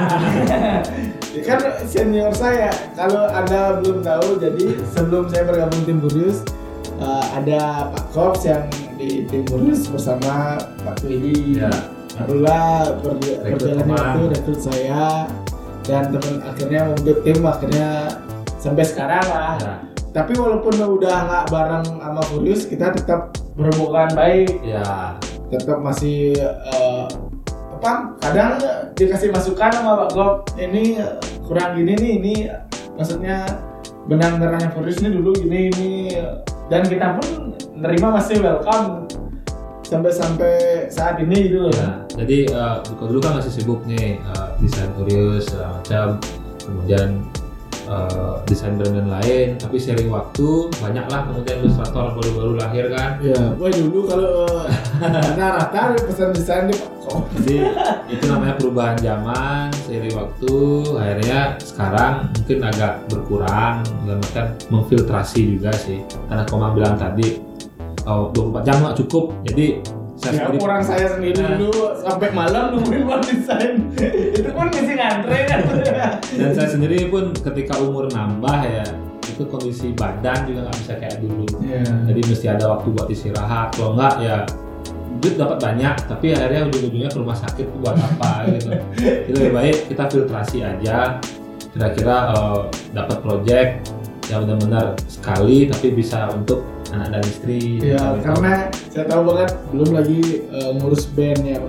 Kan senior saya. Kalau Anda belum tahu, jadi sebelum saya bergabung tim Furious uh, ada Pak Kops yang di tim Furious bersama Pak Twidi. Ya. Barulah ber- berjalannya waktu rekrut saya dan teman akhirnya membentuk tim akhirnya sampai sekarang lah. Ya. Tapi walaupun udah nggak bareng sama Furious, kita tetap berhubungan baik. Ya. Tetap masih uh, apa? Kadang dikasih masukan sama Pak Gop, ini kurang gini nih, ini maksudnya benang merahnya Furious ini dulu gini ini, dan kita pun nerima masih welcome sampai-sampai saat ini gitu loh. Ya, jadi uh, dulu kan masih sibuk nih uh, desain Furious segala macam, kemudian Uh, desain brand lain, tapi sering waktu banyaklah kemudian ilustrator baru-baru lahir kan. Iya, wah dulu kalau rata-rata pesan desain di Pak. Jadi itu namanya perubahan zaman, seiring waktu, akhirnya sekarang mungkin agak berkurang, dalam artian memfiltrasi juga sih. Karena Komang bilang tadi, oh, dua puluh empat jam nggak cukup, jadi saya ya, sendiri, orang saya sendiri nah, dulu sampai malam nungguin buat desain. Itu pun mesti ngantre kan. Dan saya sendiri pun ketika umur nambah ya, itu kondisi badan juga nggak bisa kayak dulu. Yeah. Jadi mesti ada waktu buat istirahat. Kalau nggak ya duit dapat banyak, tapi akhirnya ujung-ujungnya ke rumah sakit buat apa gitu. Jadi lebih baik kita filtrasi aja. Kira-kira uh, dapat project yang benar-benar sekali, tapi bisa untuk anak dan istri. Ya, karena tahu. Saya tahu banget belum lagi uh, ngurus band ya,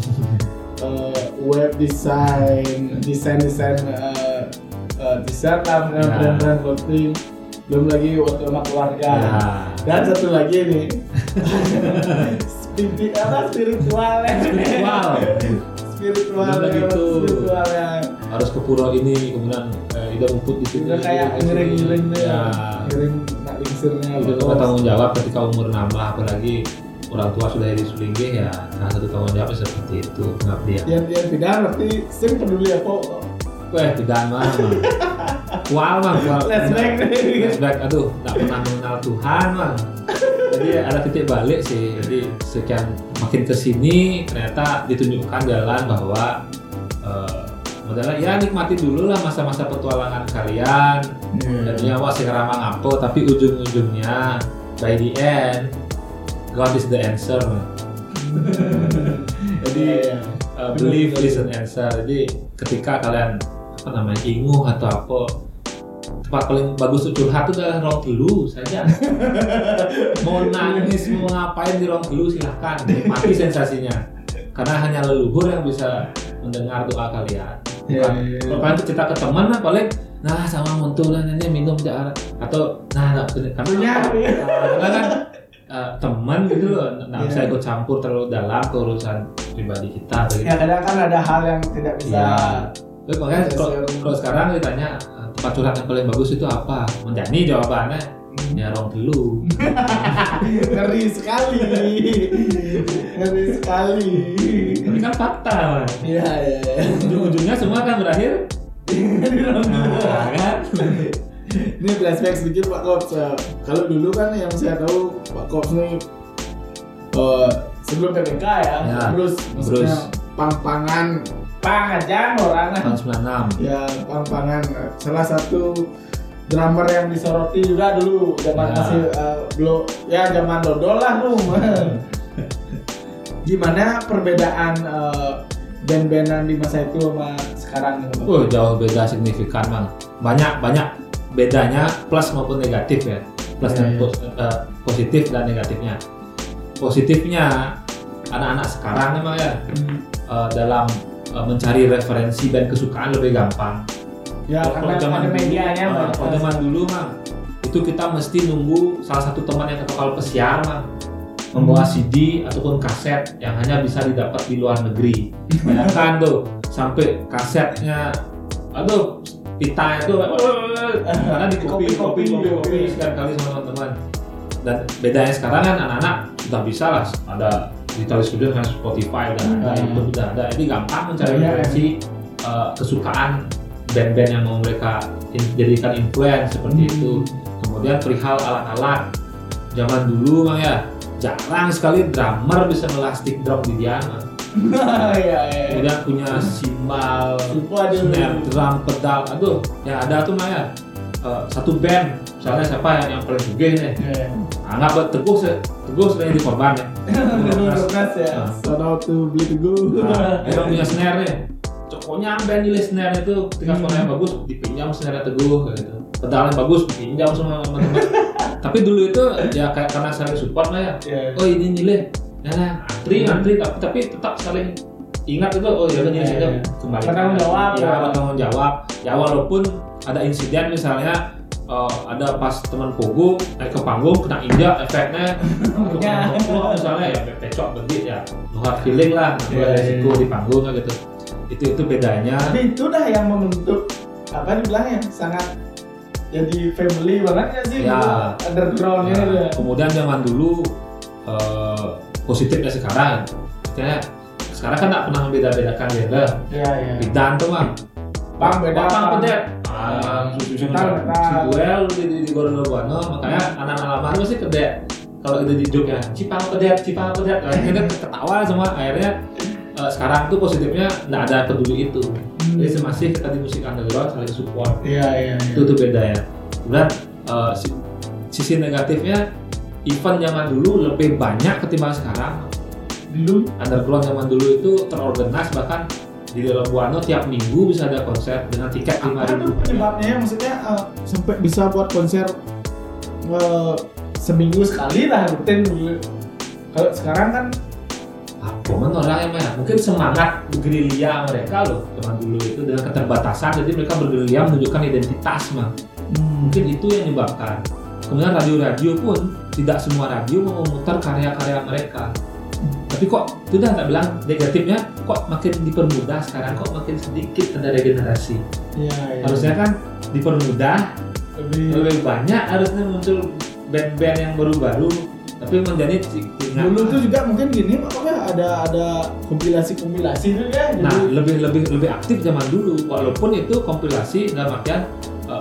uh, web design, desain desain uh, uh, desain lah, ya. Brand-brand clothing, belum lagi waktu sama keluarga. Ya. Dan satu lagi nih, spirit apa spiritual ya? Spiritual. Spiritual gitu. Spiritual ya. Harus ke pura ini, kemudian eh, ida rumput di sini. Udah kayak ngiring-ngiring deh. Ya. Ngiring lingsirnya. Itu juga tanggung jawab ketika umur nambah, apalagi orang tua sudah jadi sulinggih ya. Nah, satu tanggung jawab seperti itu, pengabdian. Yang yang tidak berarti sing peduli apa? Weh, tidak mah. Kual mah, kual. Flashback. Flashback, aduh, tak pernah mengenal Tuhan mah. Jadi ada titik balik sih. Jadi sekian makin kesini ternyata ditunjukkan jalan bahwa uh, modalnya ya nikmati dulu lah masa-masa petualangan kalian. Yeah. Dan ya wah sekarang ngapo tapi ujung-ujungnya by the end God is the answer. Jadi yeah, yeah. Uh, believe is an answer. Jadi ketika kalian apa namanya inguh atau apa, tempat paling bagus untuk curhat itu adalah ruang telu saja. Mau nangis, mau ngapain di ruang telu silahkan, nikmati sensasinya. Karena hanya leluhur yang bisa mendengar doa kalian. Bukan, yeah, yeah. kalau kalian cerita ke teman lah paling, nah sama muntulan ini minum jangan atau nah nggak karena karena kan uh, teman gitu loh, nggak yeah. bisa ikut campur terlalu dalam ke urusan pribadi kita. Begitu. Ya kadang kan ada hal yang tidak bisa. Ya. Makanya kalau, kalau sekarang ditanya tempat curhat yang paling bagus itu apa? Menjani jawabannya ya ruang telu. Ngeri sekali, ngeri sekali. Tapi kan fakta, man. Iya iya. Ya. Ujung-ujungnya semua kan berakhir di ruang telu. Nah, kan? Ini flashback sedikit Pak Kops. Kalau dulu kan yang saya tahu Pak Kops ini uh, sebelum P P K ya, ya terus maksudnya pang-pangan pang aja orang tahun sembilan puluh enam. Ya pang-pangan salah satu drummer yang disoroti juga dulu zaman ya. masih uh, belum ya zaman dodol lah tuh. Gimana perbedaan uh, band-bandan di masa itu sama sekarang? Oh jauh beda signifikan bang. Banyak banyak bedanya plus maupun negatif ya. Plus ya, dan ya. Pos, uh, positif dan negatifnya. Positifnya anak-anak sekarang memang ya hmm. uh, dalam uh, mencari referensi dan kesukaan lebih gampang. Ya kalau karena zaman ada medianya. Uh, kalau zaman dulu mang itu kita mesti nunggu salah satu teman yang ke kapal pesiar mang membawa C D ataupun kaset yang hanya bisa didapat di luar negeri. Bayangkan tuh sampai kasetnya, aduh pita itu karena di kopi kopi kopi kopi sekian kali sama teman-teman. Dan bedanya sekarang kan anak-anak sudah bisa lah ada digital studio dengan Spotify dan ada hmm. YouTube sudah ada, jadi gampang mencari referensi uh, kesukaan band-band yang mau mereka in- jadikan influence seperti hmm. itu. Kemudian perihal alat-alat zaman dulu mang ya jarang sekali drummer bisa melah stick drum di dia. Kemudian punya simbal, snare, drum, pedal, aduh yang ada tuh mang ya uh, satu band misalnya siapa yang yang paling sugih nih, yeah. anggap teguh teguh sudah jadi korban ya. Terus ya, shout out to beli teguh. Nah, yang punya snare nih, pokoknya band nilai snare itu ketika suara yang bagus dipinjam snare teguh gitu, pedal yang bagus dipinjam semua teman-teman. Tapi dulu itu ya kayak karena saling support lah ya, yeah. oh ini nilai, ya antri antri tapi tapi tetap saling ingat itu, oh ya ini yeah, yeah. kembali. Bertanggung jawab. Ya bertanggung jawab. Ya walaupun ada insiden misalnya. Uh, ada pas teman pogo naik ke panggung kena injak efeknya ya. Misalnya ya pecok begitu ya no hard feeling lah nggak yeah, resiko yeah. di panggung gitu itu itu bedanya. Tapi itu dah yang membentuk apa dibilangnya sangat jadi family banget ya sih ya, undergroundnya ya. Ya. Kemudian zaman dulu uh, positifnya sekarang katanya sekarang kan nggak pernah membeda-bedakan genre ya, ya. Bidan tuh bang bang beda bang pedet ah susu duel di di, di Gorontalo Buano, makanya anak-anak lama itu masih kedek kalau itu di joke ya cipang pedet cipang pedet akhirnya ketawa semua akhirnya uh, sekarang tuh positifnya nggak ada peduli itu hmm. jadi masih kita di musik underground saling support iya iya itu tuh beda ya. Kemudian uh, sisi negatifnya event zaman dulu lebih banyak ketimbang sekarang. Dulu underground zaman dulu itu terorganize, bahkan di dalam Buano tiap minggu bisa ada konser dengan tiket lima ribu. Apa penyebabnya? Maksudnya uh, sampai bisa buat konser uh, seminggu sekali lah rutin dulu. Kalau sekarang kan apa man orangnya mah mungkin semangat bergerilya mereka loh zaman dulu itu dengan keterbatasan, jadi mereka bergerilya menunjukkan identitas mah. Hmm. Mungkin itu yang menyebabkan. Kemudian radio-radio pun tidak semua radio mau memutar karya-karya mereka. Tapi kok itu dah tak bilang negatifnya, kok makin dipermudah sekarang, kok makin sedikit ada regenerasi. Iya, iya. Harusnya kan dipermudah, lebih, lebih banyak harusnya muncul band-band yang baru-baru, tapi menjadi dulu tuh juga mungkin gini, makanya ada ada kompilasi-kompilasi itu ya. Nah, jadi lebih lebih lebih aktif zaman dulu, walaupun itu kompilasi dalam artian uh,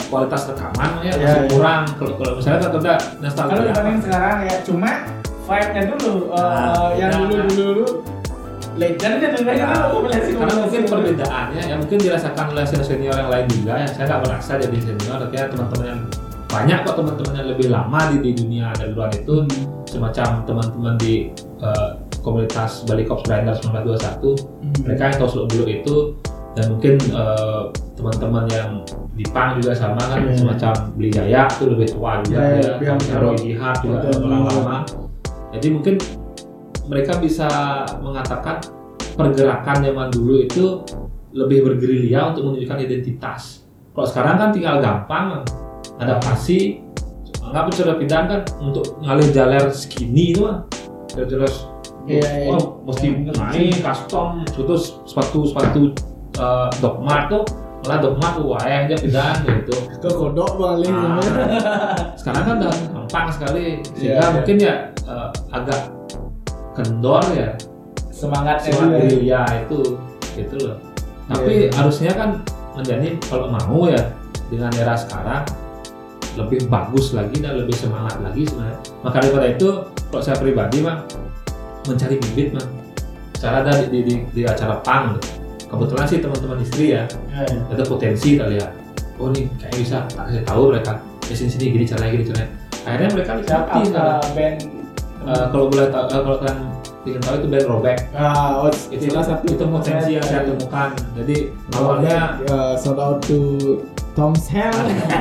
kualitas rekaman ya, Ya, masih ya. kurang. Kalau kalau misalnya kan kita nostalgia. Kalau dibanding sekarang ya cuma vibe-nya dulu uh, Nah, yang nah, dulu nah. dulu dulu legendnya dulu Ya, dulu karena mungkin perbedaannya ya mungkin dirasakan oleh senior yang lain juga ya. Saya nggak merasa jadi senior, tapi ya teman-teman yang banyak kok teman-teman yang lebih lama di, di dunia underground itu semacam teman-teman di uh, komunitas Bali Cops Grinder sembilan belas dua puluh satu Hmm. mereka yang tahu seluk beluk itu dan mungkin uh, teman-teman yang di Pang juga sama kan Yeah. semacam Beli Jaya itu lebih tua juga Yeah, ya, yang Roy Jihad juga Betul. orang lama. Jadi mungkin mereka bisa mengatakan pergerakan zaman dulu itu lebih bergerilya untuk menunjukkan identitas. Kalau sekarang kan tinggal gampang adaptasi, anggap coba pindahan kan untuk ngalih jalan skinny itu kan, terus Iya, iya. oh mesti naik custom, terus sepatu sepatu uh, dogma tuh malah dogma tuh wah aja pindahan gitu. Ke kodok balik. Nah, sekarang kan udah gampang sekali sehingga Iya, iya. mungkin ya uh, agak kendor ya semangatnya semangat juga. gerilya itu gitu loh. Tapi Iya. harusnya kan menjadi kalau mau ya dengan era sekarang lebih bagus lagi dan lebih semangat lagi sebenarnya. Maka daripada itu kalau saya pribadi mah mencari bibit mah cara ada di, di, di, di acara pang kebetulan sih teman-teman istri ya Ya, ya. ada potensi kali ya, oh nih kayak bisa kasih tahu mereka di sini sini gini caranya gini caranya akhirnya mereka Siapa nikmati uh, sekarang. band Eh, kalau boleh tahu eh, kalau kalian ingin tahu itu band Robek Ah, oh, itu salah satu itu potensi yang saya temukan. Jadi awalnya awalnya uh, shout out to Tom Hell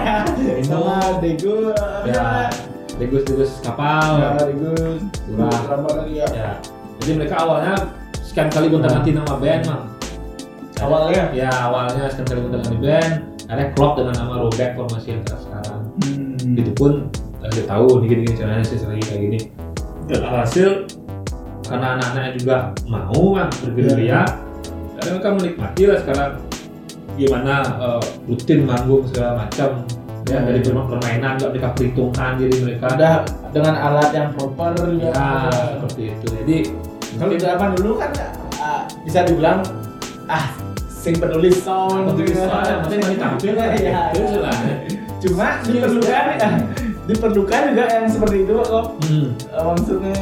sama Dego ya degus-degus kapal ya Dego Murah. Ramadan ya. ya. Jadi mereka awalnya sekian kali gonta-ganti nama band mang. Awalnya? Ya awalnya sekian kali gonta-ganti band, akhirnya klop dengan nama Robek formasi yang sekarang. Hmm. Itu pun kasih tahu nih gini-gini caranya sih lagi kayak gini. Dan alhasil karena anak-anaknya juga mau mang bergerilya, karena mereka menikmati lah sekarang gimana uh, rutin manggung segala macam. Ya, dari permainan nggak mereka perhitungkan diri mereka. Udah dengan alat yang proper juga. Ya, seperti itu. Jadi Kalau di zaman dulu kan uh, bisa dibilang ah sing penulis sound Penulis gitu. sound, yang penting masih tampil lah. Iya, Itu iya. lah. Cuma diperlukan ah, diperlukan juga yang seperti itu kok. Hmm. Uh, maksudnya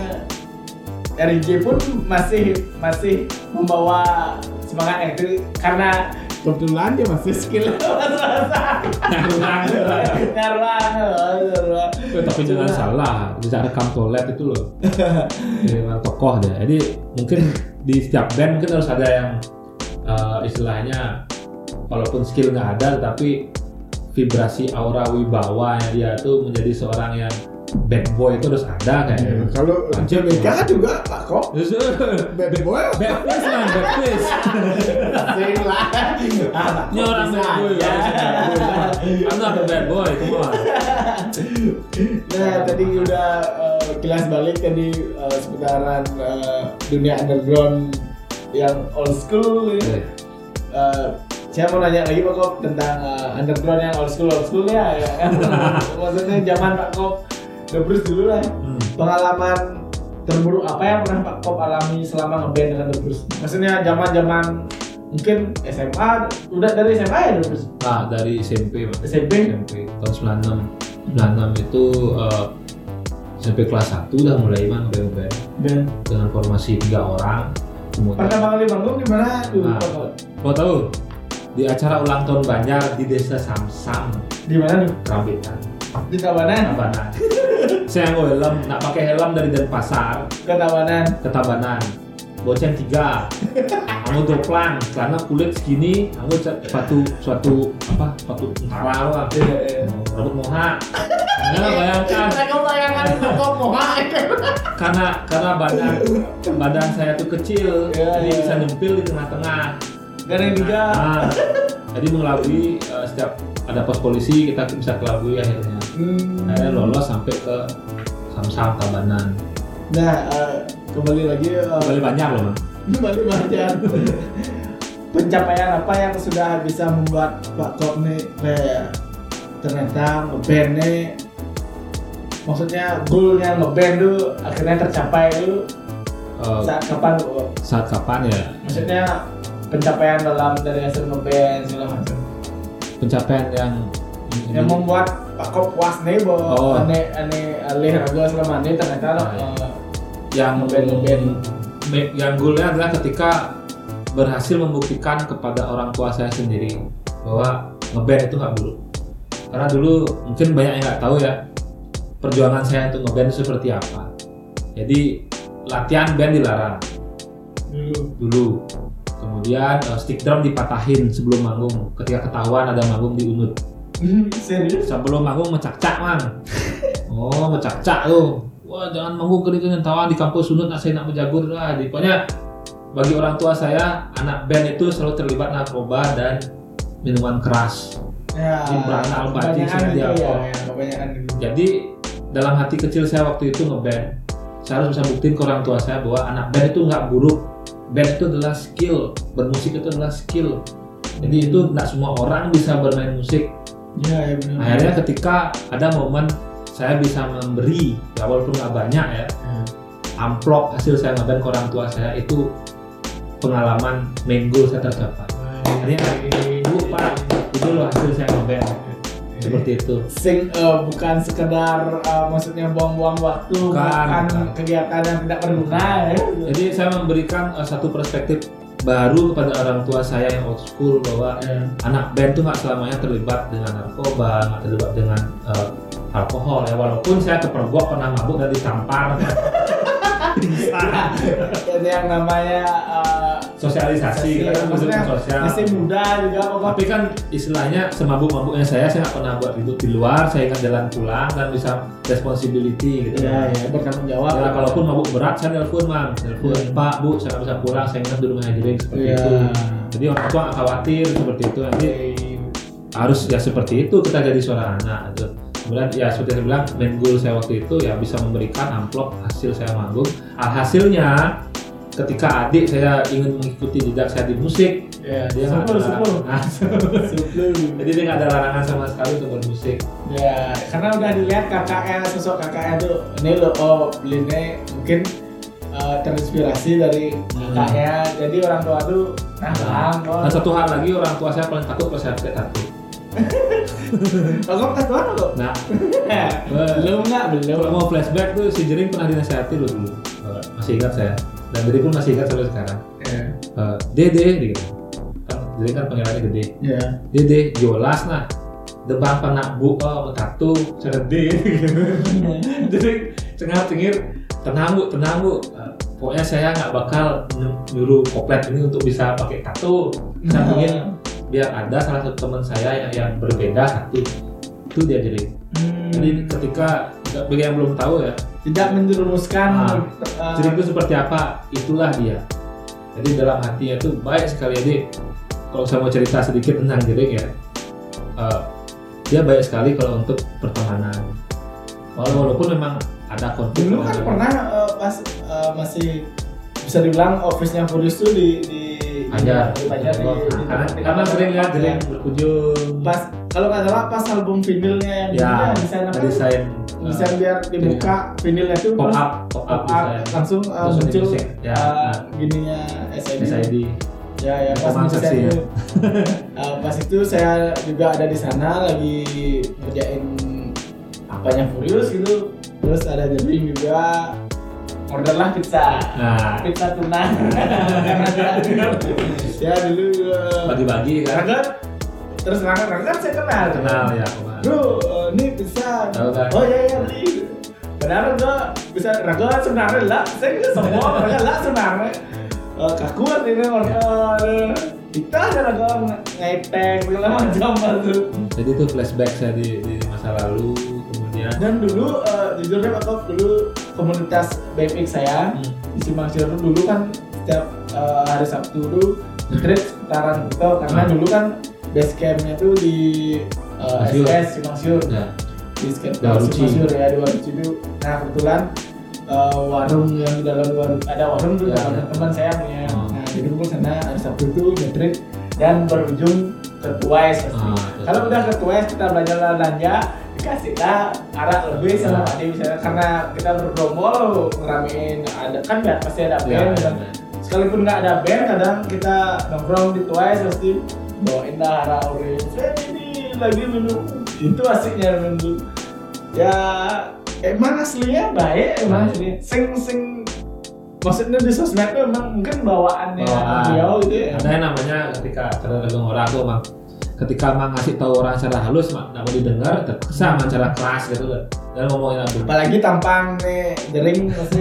R J pun masih masih membawa semangat itu karena Kebetulan dia masih skill. Nah, Nyaruang, Eh, tapi jangan salah, bisa rekam toilet itu loh. Dengan tokoh deh. Jadi mungkin di setiap band mungkin harus ada yang uh, istilahnya walaupun skill nggak ada, tapi vibrasi aura wibawanya dia tuh menjadi seorang yang bad boy itu harus ada kayak. Kalau Wajib. J B K kan juga Pak Kok bad boy. Bad place lah, bad place. Sing lah. Ah, Ini orang bad boy ya. I'm not a bad boy, come on. Nah, tadi udah uh, kilas balik tadi uh, seputaran uh, dunia underground yang old school ya. Uh, saya mau nanya lagi Pak Kop tentang uh, underground yang old school old school ya, ya kan? Maksudnya zaman Pak Kop The Bruce dulu lah. Hmm. Pengalaman terburuk apa yang pernah Pak Kop alami selama ngeband dengan The Bruce? Maksudnya zaman-zaman mungkin S M A, udah dari S M A ya The Bruce? Nah, dari S M P Mas. S M P? S M P tahun sembilan puluh enam. sembilan puluh enam itu uh, S M P kelas satu udah mulai mah ngeband Dan dengan formasi tiga orang. Kemudian pertama kali manggung di mana dulu Nah. Pak Kop? mau tahu di acara ulang tahun Banjar di desa Samsam, Di mana nih? Rambitan, Di Tabanan. Tabanan. Saya nggak helm, nak pakai helm dari Denpasar Ke Tabanan. ke Tabanan. Boceng tiga, kamu doplang, celana kulit segini, kamu sepatu sepatu apa sepatu tentara lah, Iya, iya. rambut moha. Nah, bayangkan Mereka bayangkan kok mau karena karena badan badan saya tuh kecil, Iya, jadi iya. bisa nyempil di tengah-tengah. Dan yang tiga. Nah, jadi mengelabui uh, setiap ada pos polisi kita bisa kelabui akhirnya. Hmm. Akhirnya lolos sampai ke Samsam Tabanan. Nah, eh, kembali lagi eh, Kembali banyak loh, Bang. kembali banyak. Pencapaian apa yang sudah bisa membuat Pak Kop nih kayak ternyata ngeband nih, maksudnya goalnya ngeband tuh akhirnya tercapai tuh Uh, saat kapan? Oh, saat kapan ya? maksudnya pencapaian dalam dari hasil ngeband segala macam. Pencapaian yang yang membuat Pak Kop puas nih bahwa Oh. ane ane alih raga selama ini ternyata uh, yang ngeband-ngeband. me- yang goalnya adalah ketika berhasil membuktikan kepada orang tua saya sendiri bahwa ngeband itu nggak buruk. Karena dulu mungkin banyak yang nggak tahu ya perjuangan saya untuk ngeband itu seperti apa. Jadi latihan band dilarang dulu. dulu. Kemudian uh, stick drum dipatahin sebelum manggung. Ketika ketahuan ada manggung diunut. Serius? Sebelum manggung mecak-cak man. Oh mecak-cak tuh. Wah jangan manggung kering-kering tawan di kampus unut saya nak menjagur lah. Jadi, pokoknya bagi orang tua saya anak band itu selalu terlibat narkoba dan minuman keras. Ya. Di beranal batik kebanyakan seperti gitu apa. ya, ya, kebanyakan gitu. Jadi dalam hati kecil saya waktu itu ngeband. Saya harus bisa buktiin ke orang tua saya bahwa anak band itu nggak buruk. Band itu adalah skill. Bermusik itu adalah skill. Jadi itu nggak semua orang bisa bermain musik. Ya, ya benar. Akhirnya ketika ada momen saya bisa memberi, ya walaupun nggak banyak ya, amplop hasil saya ngeband ke orang tua saya itu pengalaman main goal saya tercapai. Akhirnya bu pak, itu loh hasil saya ngeband. Seperti itu. Sing uh, bukan sekedar uh, maksudnya buang-buang waktu, Bukan, bukan bukan. kegiatan yang tidak berguna ya. Jadi saya memberikan uh, satu perspektif baru kepada orang tua saya yang old school bahwa Ya. anak band tuh nggak selamanya terlibat dengan narkoba, nggak terlibat dengan uh, alkohol ya. Walaupun saya kepergok pernah mabuk dan ditampar. Jadi yang namanya uh, Sosialisasi, kita kan maksudnya hidup sosial. masih muda juga pokoknya. Tapi kan istilahnya semabuk-mabuknya saya, saya nggak pernah buat ribut di luar, saya ingat jalan pulang dan bisa responsibility gitu. Ya, ya bertanggung jawab. Ya, kalaupun mabuk berat, saya nelfon mang, nelfon Hmm. Pak, Bu, saya nggak bisa pulang, saya ingat di rumah Hajring seperti Ya. itu. Jadi orang tua nggak khawatir seperti itu, nanti harus ya seperti itu kita jadi seorang anak. Gitu. Kemudian ya seperti yang saya bilang, main goal saya waktu itu ya bisa memberikan amplop hasil saya manggung. Alhasilnya ketika adik saya ingin mengikuti jejak saya di musik, Ya, dia nggak sepuluh, ada sepuluh. Nah, Sepuluh. jadi dia nggak ada larangan sama sekali untuk bermusik. Ya, karena udah dilihat kakaknya, sosok kakaknya tuh ini lo, oh belinya mungkin uh, terinspirasi dari kakaknya. Jadi orang tua tuh nah bang, oh, Dan satu hal lagi, orang tua saya paling takut kalau saya pakai tato. kok ketahuan lo? Nah, Belum nggak belum. kalau mau flashback tuh si Jering pernah dinasihati loh dulu. Eh, masih ingat saya. Dan Jering pun masih ingat sampai sekarang. Ya, Eh, Dede, gitu. Kan Jering kan panggilannya gede. ya. Dede, jolas nah. Depan panak bu, oh, tato, cerede. Jadi cengar cengir, tenang bu, tenang bu. Eh, pokoknya saya nggak bakal nyuruh koplet ini untuk bisa pakai tato. Saya ingin biar ada salah satu teman saya yang, yang berbeda satu. Itu dia Jering. Hmm, Jadi ketika bagi yang belum tahu ya, tidak menjerumuskan. Ah, uh, Jering itu seperti apa, itulah dia. Jadi dalam hatinya itu baik sekali. Jadi kalau saya mau cerita sedikit tentang Jering ya, uh, dia baik sekali kalau untuk pertemanan. Walau- Walaupun memang ada konflik. dulu kan dengan- pernah uh, pas uh, masih bisa dibilang office-nya Furious tuh di di Ajar. di, Ajar, di, di, Karena, di- karena di- sering lihat di- Jering berkunjung. pas kalau nggak salah pas album vinilnya yang Ya, ini desain apa? desain uh, Desain biar dibuka vinilnya tuh pop terus up, pop up pop up, desain. langsung uh, Terus muncul musik. Ya, uh, nah. gininya S I D. S I D. Ya ya pas Memang desain seksi, ya. itu. Uh, pas itu saya juga ada di sana lagi ngerjain apanya Furious gitu. Terus ada Jering juga orderlah pizza. Nah, Pizza tuna. Ya dulu uh, bagi-bagi kan. Ragat. Terus Ragat Ragat saya kenal. Kenal ya, kemarin. Bro, uh, ini bisa. Tahu kan? Oh iya iya beli. Padahal enggak bisa Ragat sebenarnya lah. Saya juga semua Ragat lah sebenarnya. Uh, kakuan ini order. Kita ada Ragat ngepeng segala macam itu. Jadi itu flashback saya di, di masa lalu, kemudian Dan dulu uh, jujurnya Pak Kop, dulu komunitas B M X saya Hmm. di Simpang Siur dulu kan setiap uh, hari Sabtu tuh trip sekitaran itu karena Hmm. dulu kan base campnya tuh di uh, S Simpang Siur. S Simpang Siur ya, di skate Di Waruci. Simpang Siur ya di Waruci itu. Nah kebetulan uh, warung yang di dalam warung ada warung tuh Ya, teman ya. teman saya punya. Oh. Nah jadi dulu sana hari Sabtu tuh nge-trip dan berujung ke Twice pasti. Ah, Kalau udah ke Twice kita belajar belanja dikasihlah arak lebih sama Ya. adik misalnya karena kita bergerombol ngeramein ada kan ya pasti ada ya, band ya, kan. Sekalipun nggak ada band kadang kita nongkrong di Twice pasti bawain dah arak orange. Eh ini lagi minum Itu asiknya menurut. Ya emang aslinya baik, emang aslinya. Sing sing maksudnya di sosmed itu emang mungkin bawaannya Bawaan. beliau gitu ya. Ada yang namanya ketika cara dagang orang tuh emang ketika emang ngasih tahu orang secara halus mak nggak mau didengar, terpaksa emang cara keras gitu kan. Dan ngomongin apa? Apalagi tampang nih, jering masih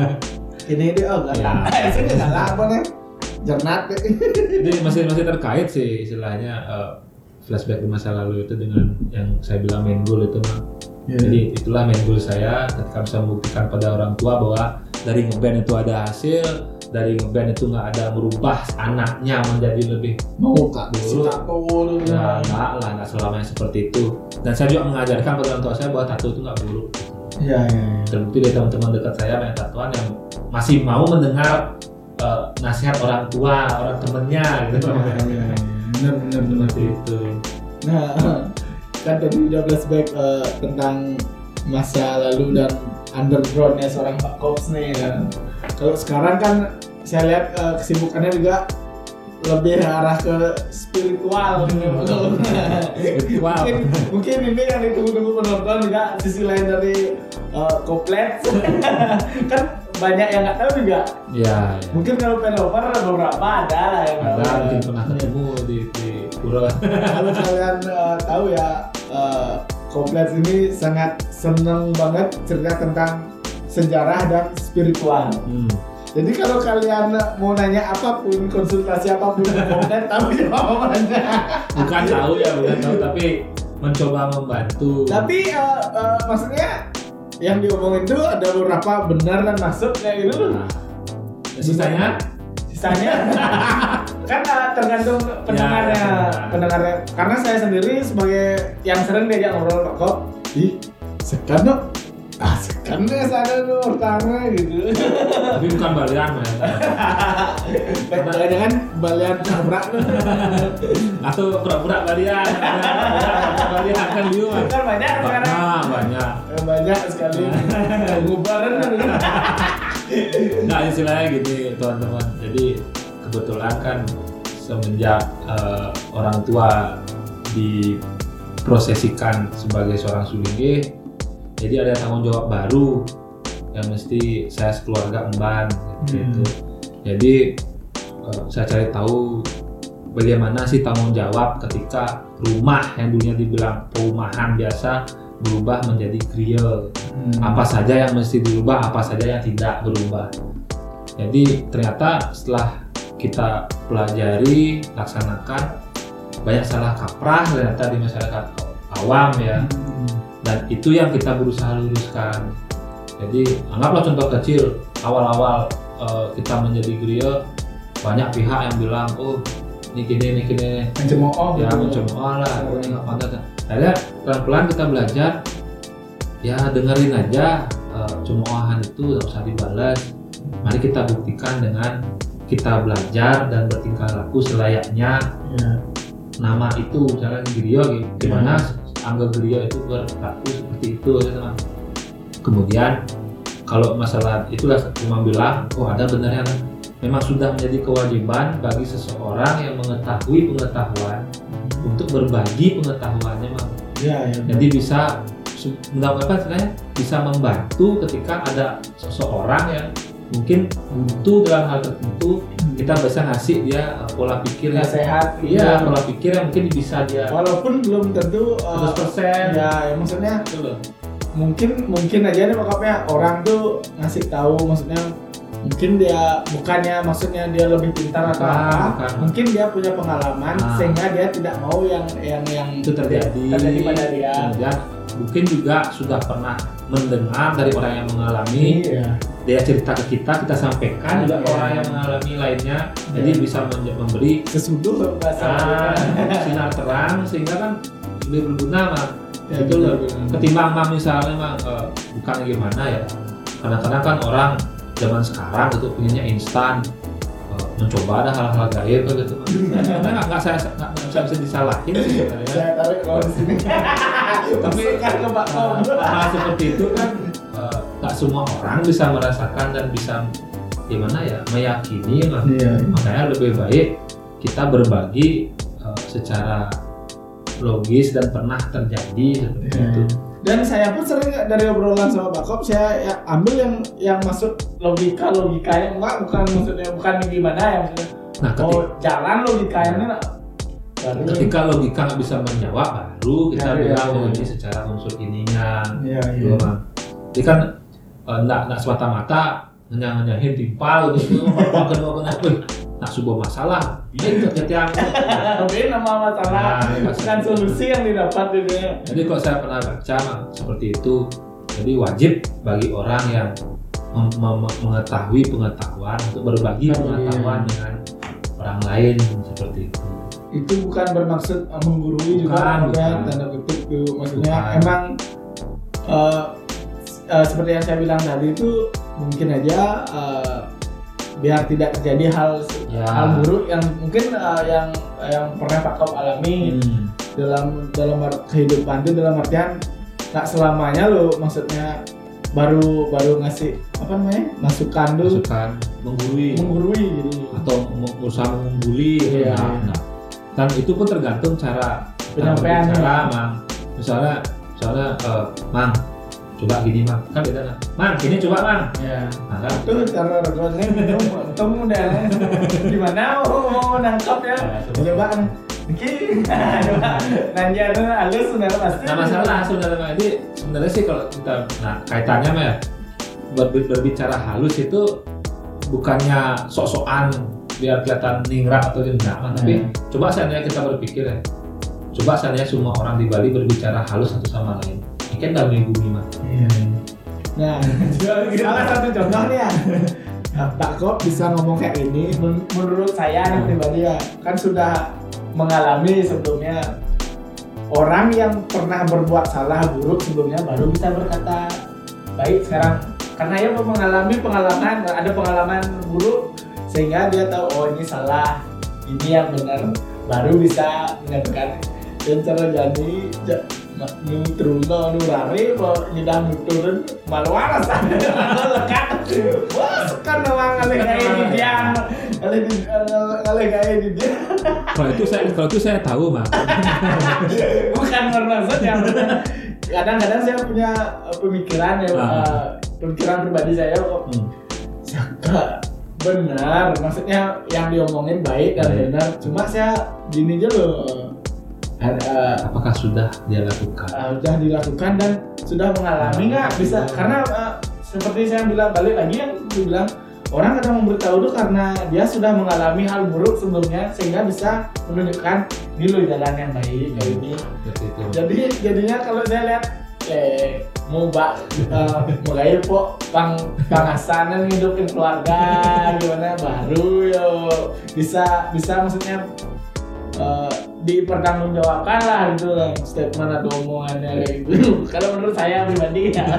ini dia oh gak Ya. lah, sini gak lah apa nih, jernat. Jadi masih masih terkait sih istilahnya uh, flashback di masa lalu itu dengan yang saya bilang main goal itu mah. Yeah. Jadi itulah main goal saya ketika bisa membuktikan pada orang tua bahwa dari ngeband itu ada hasil, dari ngeband itu nggak ada merubah anaknya menjadi lebih Mau kak, Dulu. si tato dulu. ya nggak lah nggak selamanya seperti itu. Dan saya juga mengajarkan pada orang tua saya bahwa tato itu nggak buruk. Iya iya. Terbukti dari teman-teman dekat saya banyak tatoan yang masih mau mendengar uh, nasihat orang tua, orang temennya gitu. Bener bener bener. Seperti itu. Nah, kan tadi udah flashback uh, tentang masa lalu dan undergroundnya seorang Pak Kops nih kan. Kalau sekarang kan saya lihat uh, kesibukannya juga lebih arah ke spiritual. Spiritual. mungkin, mungkin ini yang ditunggu-tunggu penonton juga sisi lain dari uh, Kompleks. Kan banyak yang nggak tahu juga. Ya, ya. Mungkin kalau penlover beberapa ada lah yang Ada tahu. mungkin pernah ketemu di di Pura. Kalau kalian uh, tahu ya, uh, Kompleks ini sangat senang banget cerita tentang sejarah dan spiritual. Hmm. Jadi kalau kalian mau nanya apapun, konsultasi apapun, Kompleks tahu jawabannya. Bukan tahu ya, bukan tahu tapi mencoba membantu. Tapi uh, uh, maksudnya yang diomongin itu ada beberapa benar dan masuk kayak gitu. Nah, sisanya Sisanya kan uh, tergantung pendengarnya, Ya, ya, pendengarnya. Karena saya sendiri sebagai yang sering diajak ngobrol Pak Kok, ih sekan dong, ah sekan deh sana tuh pertama gitu. tapi bukan balian ya. Jangan-jangan balian tabrak tuh. Atau pura-pura balian. Pura-pura balian kan dia. Kan banyak sekarang. Banyak, banyak. Eh, banyak sekali. Ngubaran kan. Nah istilahnya gini teman-teman. Jadi kebetulan kan semenjak uh, orang tua diprosesikan sebagai seorang sulingge, jadi ada tanggung jawab baru yang mesti saya sekeluarga emban gitu. Hmm. Jadi uh, saya cari tahu bagaimana sih tanggung jawab ketika rumah yang dulunya dibilang perumahan biasa berubah menjadi grill. Hmm. Apa saja yang mesti dirubah, apa saja yang tidak berubah. Jadi ternyata setelah kita pelajari, laksanakan, banyak salah kaprah ternyata di masyarakat awam ya. Hmm. Dan itu yang kita berusaha luruskan. Jadi anggaplah contoh kecil, awal-awal uh, kita menjadi grill, banyak pihak yang bilang, oh ini gini, ini gini, Mencemooh. ya gitu. mencemooh lah, ini nggak pantas. Akhirnya pelan-pelan kita belajar, ya dengerin aja uh, cemoohan itu, nggak usah dibalas. Mari kita buktikan dengan kita belajar dan bertingkah laku selayaknya Ya. nama itu, misalnya griyo, gimana angga griyo itu berlaku seperti itu, ya teman. Kemudian kalau masalah itulah cuma bilang, oh ada benarnya kan. Memang sudah menjadi kewajiban bagi seseorang yang mengetahui pengetahuan untuk berbagi pengetahuannya, Mang. Ya, ya. Jadi bisa mendapatkan istilahnya bisa membantu ketika ada seseorang yang mungkin butuh dalam hal tertentu, kita bisa ngasih dia uh, pola pikir yang Nasihat. iya, pola pikir yang mungkin bisa dia Walaupun belum tentu uh, seratus persen. ya, ya maksudnya Gitu loh. mungkin mungkin aja nih makanya orang tuh ngasih tahu, maksudnya mungkin dia bukannya maksudnya dia lebih pintar atau Bukan, apa, bukan. mungkin dia punya pengalaman Ah. sehingga dia tidak mau yang yang yang Itu terjadi. terjadi pada dia. Kemudian mungkin juga sudah pernah mendengar dari orang yang mengalami, Iya. dia cerita ke kita, kita sampaikan juga ke Iya. orang yang mengalami lainnya, jadi Iya. bisa men- memberi Sesuduh bahasa. ah, sinar terang sehingga kan lebih berguna, Mang. Ya, Itu loh. benar-benar. Ketimbang Mang misalnya, Mang, eh, bukan gimana ya, kadang-kadang kan orang zaman sekarang itu pengennya instan, eh, mencoba ada hal-hal gaib kan gitu. Karena nggak nggak saya nggak nggak bisa bisa disalahin sih sebenarnya. Saya tarik kalau di sini. Tapi kan ke Pak Kom. hal seperti itu kan eh, nggak semua orang bisa merasakan dan bisa gimana ya meyakini, Mang. Iya. Makanya lebih baik kita berbagi uh, secara logis dan pernah terjadi seperti Ya. itu. Dan saya pun sering dari obrolan sama Pak Kop, saya ya, ambil yang yang masuk logika logikanya, enggak bukan maksudnya bukan gimana ya maksudnya. Nah, ketika, Oh jalan logikanya nah, baru ketika logika nggak bisa menjawab, baru kita Ya, ya, bilang ya. oh ini secara unsur ininya. Iya, Gitu, Bang. Jadi kan eh, nggak nggak semata-mata hanya nyanyiin timpal gitu, apa kenapa kenapa, nah sebuah masalah, ini terjadi yang Tapi nama masalah Nah, ini bukan solusi yang didapat gitu ya. Jadi kok saya pernah baca Bang, seperti itu. Jadi wajib bagi orang yang mem- mem- mengetahui pengetahuan untuk berbagi Oh, pengetahuan iya. dengan orang lain seperti itu. Itu bukan bermaksud uh, menggurui juga Bukan, ya, bukan. tanda kutip tuh maksudnya Bukan. emang uh, uh, seperti yang saya bilang tadi itu mungkin aja uh, biar tidak terjadi hal Ya. hal buruk yang mungkin uh, yang yang pernah Pak Kop alami Hmm. dalam dalam ar- kehidupan itu dalam artian nggak selamanya lo maksudnya baru baru ngasih apa namanya masukan tuh Masukan menggurui menggurui jadi atau meng- berusaha mengungguli Iya. nah, nah. Dan itu pun tergantung cara Penyampaiannya. cara Mang. Misalnya misalnya eh, Mang coba gini Mang, kan beda kan? Mang gini coba Mang. ya Nah, kan? itu cara regolnya minum untung udah gimana mau mau nangkap ya coba mungkin coba nanya tuh halus sudah pasti Nah masalah sebenarnya jadi sebenarnya sih kalau kita nah kaitannya mah ya, ber- berbicara halus itu bukannya sok-sokan biar kelihatan ningrat atau tidak, nah, tapi coba seandainya kita berpikir ya, coba seandainya semua orang di Bali berbicara halus satu sama lain, ini kan dalam bumi mah. nah salah satu contohnya ya Pak Kop bisa ngomong kayak ini men- menurut saya nih pribadi ya kan sudah mengalami sebelumnya orang yang pernah berbuat salah buruk sebelumnya baru bisa berkata baik sekarang karena dia mengalami pengalaman ada pengalaman buruk sehingga dia tahu oh ini salah ini yang benar baru bisa menyatakan dan cara jadi ja- ma- nu teruna nu rare bahwa nyedang turun malu rasa lekat wah sekan memang ngale kayak di dia ngale di ngale kayak di dia Kalau itu saya kalau itu saya tahu mah. bukan bermaksud yang kadang-kadang saya punya uh, pemikiran ya Ah. uh, pemikiran pribadi saya kok Hmm. Saka benar maksudnya yang diomongin baik dan Baik. benar cuma saya gini aja loh ada Apakah sudah dia lakukan? uh, sudah dilakukan dan sudah mengalami nggak bisa karena uh, seperti saya bilang balik lagi yang dibilang orang kadang memberitahu itu karena dia sudah mengalami hal buruk sebelumnya sehingga bisa menunjukkan ini loh jalan yang baik kayak ini Seperti itu. jadi jadinya kalau saya lihat eh mau bak uh, mulai po pang pangasanan hidupin keluarga gimana baru yo bisa bisa maksudnya uh, dipertanggungjawabkan lah gitu lah statement atau omongannya kayak gitu kalau menurut saya pribadi ya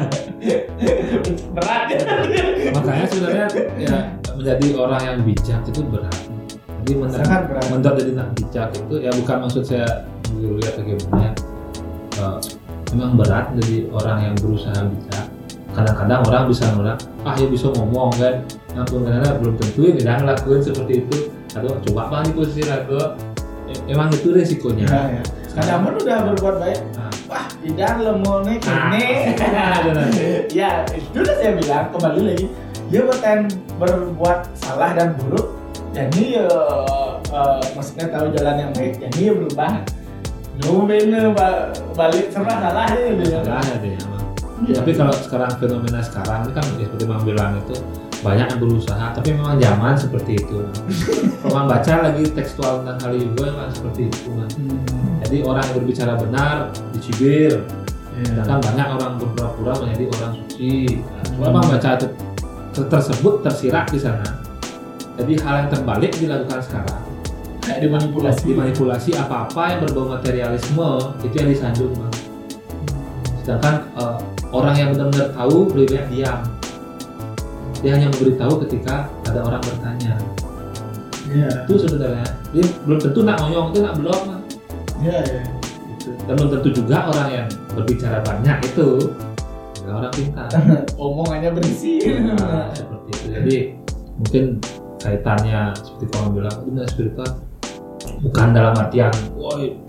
berat ya Makanya sebenarnya ya menjadi orang yang bijak itu berat. Jadi men- Sangat berat. menurut jadi anak bijak itu ya bukan maksud saya menggurui atau gimana. Eh, memang berat jadi orang yang berusaha bijak. Kadang-kadang orang bisa nolak, ah ya bisa ngomong kan, ngapain karena belum tentu ya tidak ngelakuin seperti itu. Aduh coba bang di posisi aku, emang itu resikonya. ya, ya. kadang pun udah berbuat baik Nah, wah tidak lemon nih kini nah, benar. ya itu udah saya bilang kembali lagi dia bukan berbuat salah dan buruk jadi ya uh, maksudnya tahu jalan yang baik jadi ya berubah nubin balik serba salah ya dia Salah ya deh emang. Iya. Tapi kalau sekarang fenomena sekarang itu kan ya seperti Bang bilang itu banyak yang berusaha, tapi memang zaman seperti itu. Kalau Bang baca lagi tekstual tentang hal itu memang seperti itu. Man. Jadi orang yang berbicara benar dicibir, sedangkan banyak orang berpura-pura menjadi orang suci. Nah, kalau Bang baca itu ter- tersebut tersirat di sana. Jadi hal yang terbalik dilakukan sekarang. kayak dimanipulasi Dimanipulasi apa-apa yang berbau materialisme itu yang disanjung, Bang. Sedangkan eh, orang yang benar-benar tahu lebih banyak diam. Dia hanya memberitahu ketika ada orang bertanya. iya Itu sebenarnya. Dia belum tentu nak ngomong itu nak blog, Bang. iya iya Gitu. Dan belum tentu juga orang yang berbicara banyak itu adalah orang pintar. omongannya berisi Nah, seperti itu. Jadi mungkin kaitannya seperti kamu bilang dunia spiritual bukan dalam artian woi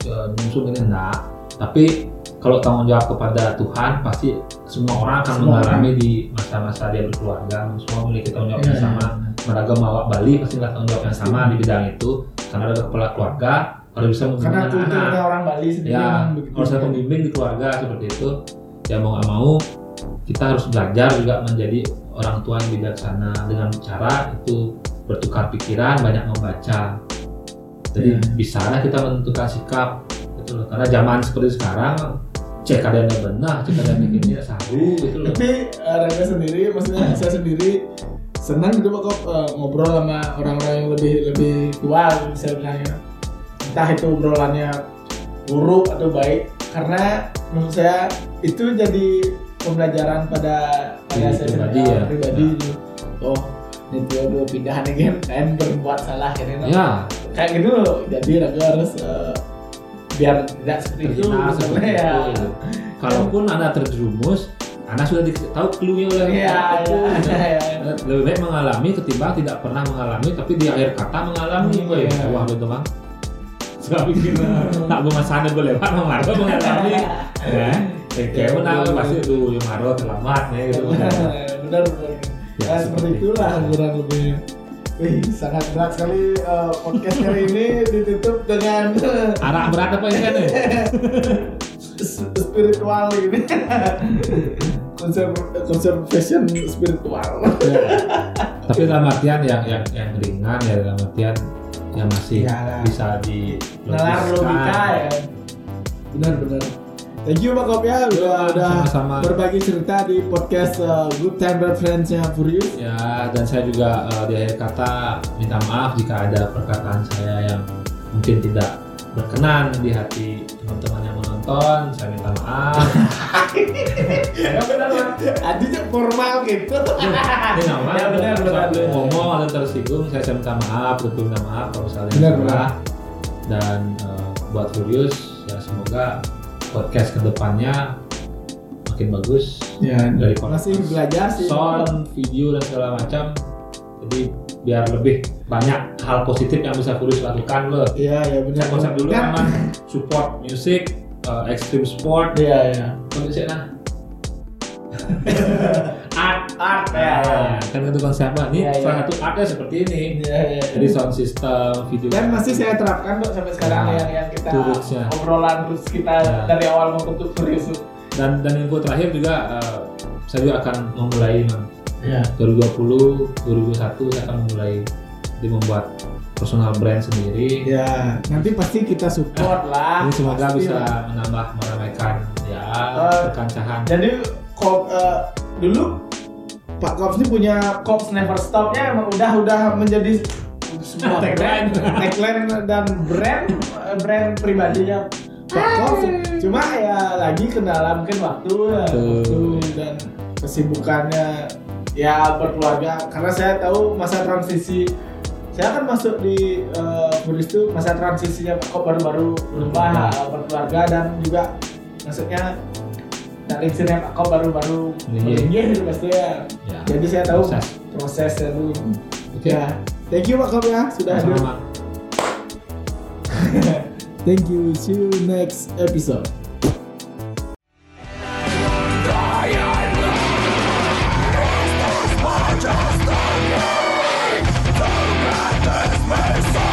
uh, musuh ini enggak. Tapi kalau tanggung jawab kepada Tuhan, pasti semua orang akan Semua mengalami di masa-masa dia berkeluarga. Semua memiliki tanggung jawab yang Iya, sama. Meragam Mawak Bali pasti nggak tanggung jawab yang sama di bidang itu. Karena ada kepala keluarga, harus bisa Karena membimbing kulturnya anak-anak. orang Bali sendiri Ya, memang begitu. harus ada pembimbing di keluarga seperti itu. Ya mau nggak mau, kita harus belajar juga menjadi orang tua yang bijaksana dengan cara itu bertukar pikiran, banyak membaca. Jadi Ya. bisa lah kita menentukan sikap, gitu loh. Karena zaman seperti sekarang, cek ada yang benar, cek ada yang bikinnya saru, gitu loh. Tapi uh, Rangga sendiri, maksudnya saya sendiri senang gitu Pak Kop, uh, ngobrol sama orang-orang yang lebih lebih tua gitu, saya bilangnya. Entah itu obrolannya buruk atau baik, karena menurut saya itu jadi pembelajaran pada pada Diri saya pribadi sendiri, ya. pribadi Ya. gitu. Oh, ini tuh udah pindahan again, kan berbuat salah kan ini. Ya, Kayak gitu loh. Jadi Rangga harus uh, biar tidak seperti itu terhina seperti sebenarnya ya. itu. Kalaupun Anda terjerumus, Anda sudah dikasih tahu clue-nya oleh Iya, aku, iya, gitu. iya. Lebih baik mengalami ketimbang tidak pernah mengalami, tapi di akhir kata mengalami. Hmm, Boy, iya. wah betul bang. Suka bikin tak bunga sana boleh lewat mengaruh mengalami. Ya, kayak mana pasti tuh yang ngaruh terlambat ya gitu. benar benar Ya, ya, seperti seperti itulah itu. kurang lebih. Wih, sangat berat sekali uh, podcast kali ini ditutup dengan Arah berat apa ini kan ya? spiritual ini. Konser conservation spiritual. Ya. Tapi dalam artian yang yang yang ringan ya, dalam artian yang masih Iyalah. bisa di Nalar logika ya. Benar benar. Thank you Pak Kop ya udah udah Sama-sama. berbagi cerita di podcast uh, Good Time Bad Friends-nya Furious. Ya, dan saya juga uh, di akhir kata minta maaf jika ada perkataan saya yang mungkin tidak berkenan di hati teman-teman yang menonton. Saya minta maaf. Ya benar Pak. Adinya formal gitu. Ini nggak apa-apa. Ya, benar, benar, Kalau benar. ngomong atau tersinggung, saya, saya minta maaf, betul minta maaf kalau misalnya Benar, salah. Dan uh, buat Furious, ya semoga podcast kedepannya makin bagus. Ya, Dari masih belajar sih. sound, video dan segala macam. Jadi biar lebih banyak hal positif yang bisa Furious lakukan loh. Iya, iya benar. Saya konsep dulu Kan- kan support music, uh, extreme sport, Iya, iya. konsep nah. art, Art Nah, kan itu konsepnya. Ini Iya, iya. salah satu artnya seperti ini. Iya, iya. Jadi sound system, video. Dan masih saya terapkan Dok sampai sekarang Nah, yang yang kita itu roots-nya. obrolan terus kita Nah. dari awal membentuk Furious. dan dan info terakhir juga uh, saya juga akan memulai Mang. Iya. dua ribu dua puluh, dua ribu dua puluh satu saya akan memulai di membuat personal brand sendiri. Ya, nanti pasti kita support lah. Ini semoga Pasti bisa lah. menambah meramaikan ya Eh, perkancahan. Jadi Kop eh, dulu Pak Kops ini punya Kops Never Stop-nya emang udah udah menjadi sebuah Tagline. brand, tagline dan brand eh, brand pribadinya Pak Kops. Cuma ya lagi kendala mungkin waktu, ya, Betul. waktu dan kesibukannya ya berkeluarga. Karena saya tahu masa transisi saya kan masuk di uh, Furious itu masa transisinya Pak Kop baru-baru berubah uh, berkeluarga dan juga maksudnya dari sini Pak Kop baru-baru Iya. meninggi pasti ya. Ya. Jadi saya tahu Proses. prosesnya dulu. Oke. Ya, thank you Pak Kop ya sudah hadir. Sama-sama. Thank you. See you next episode. Just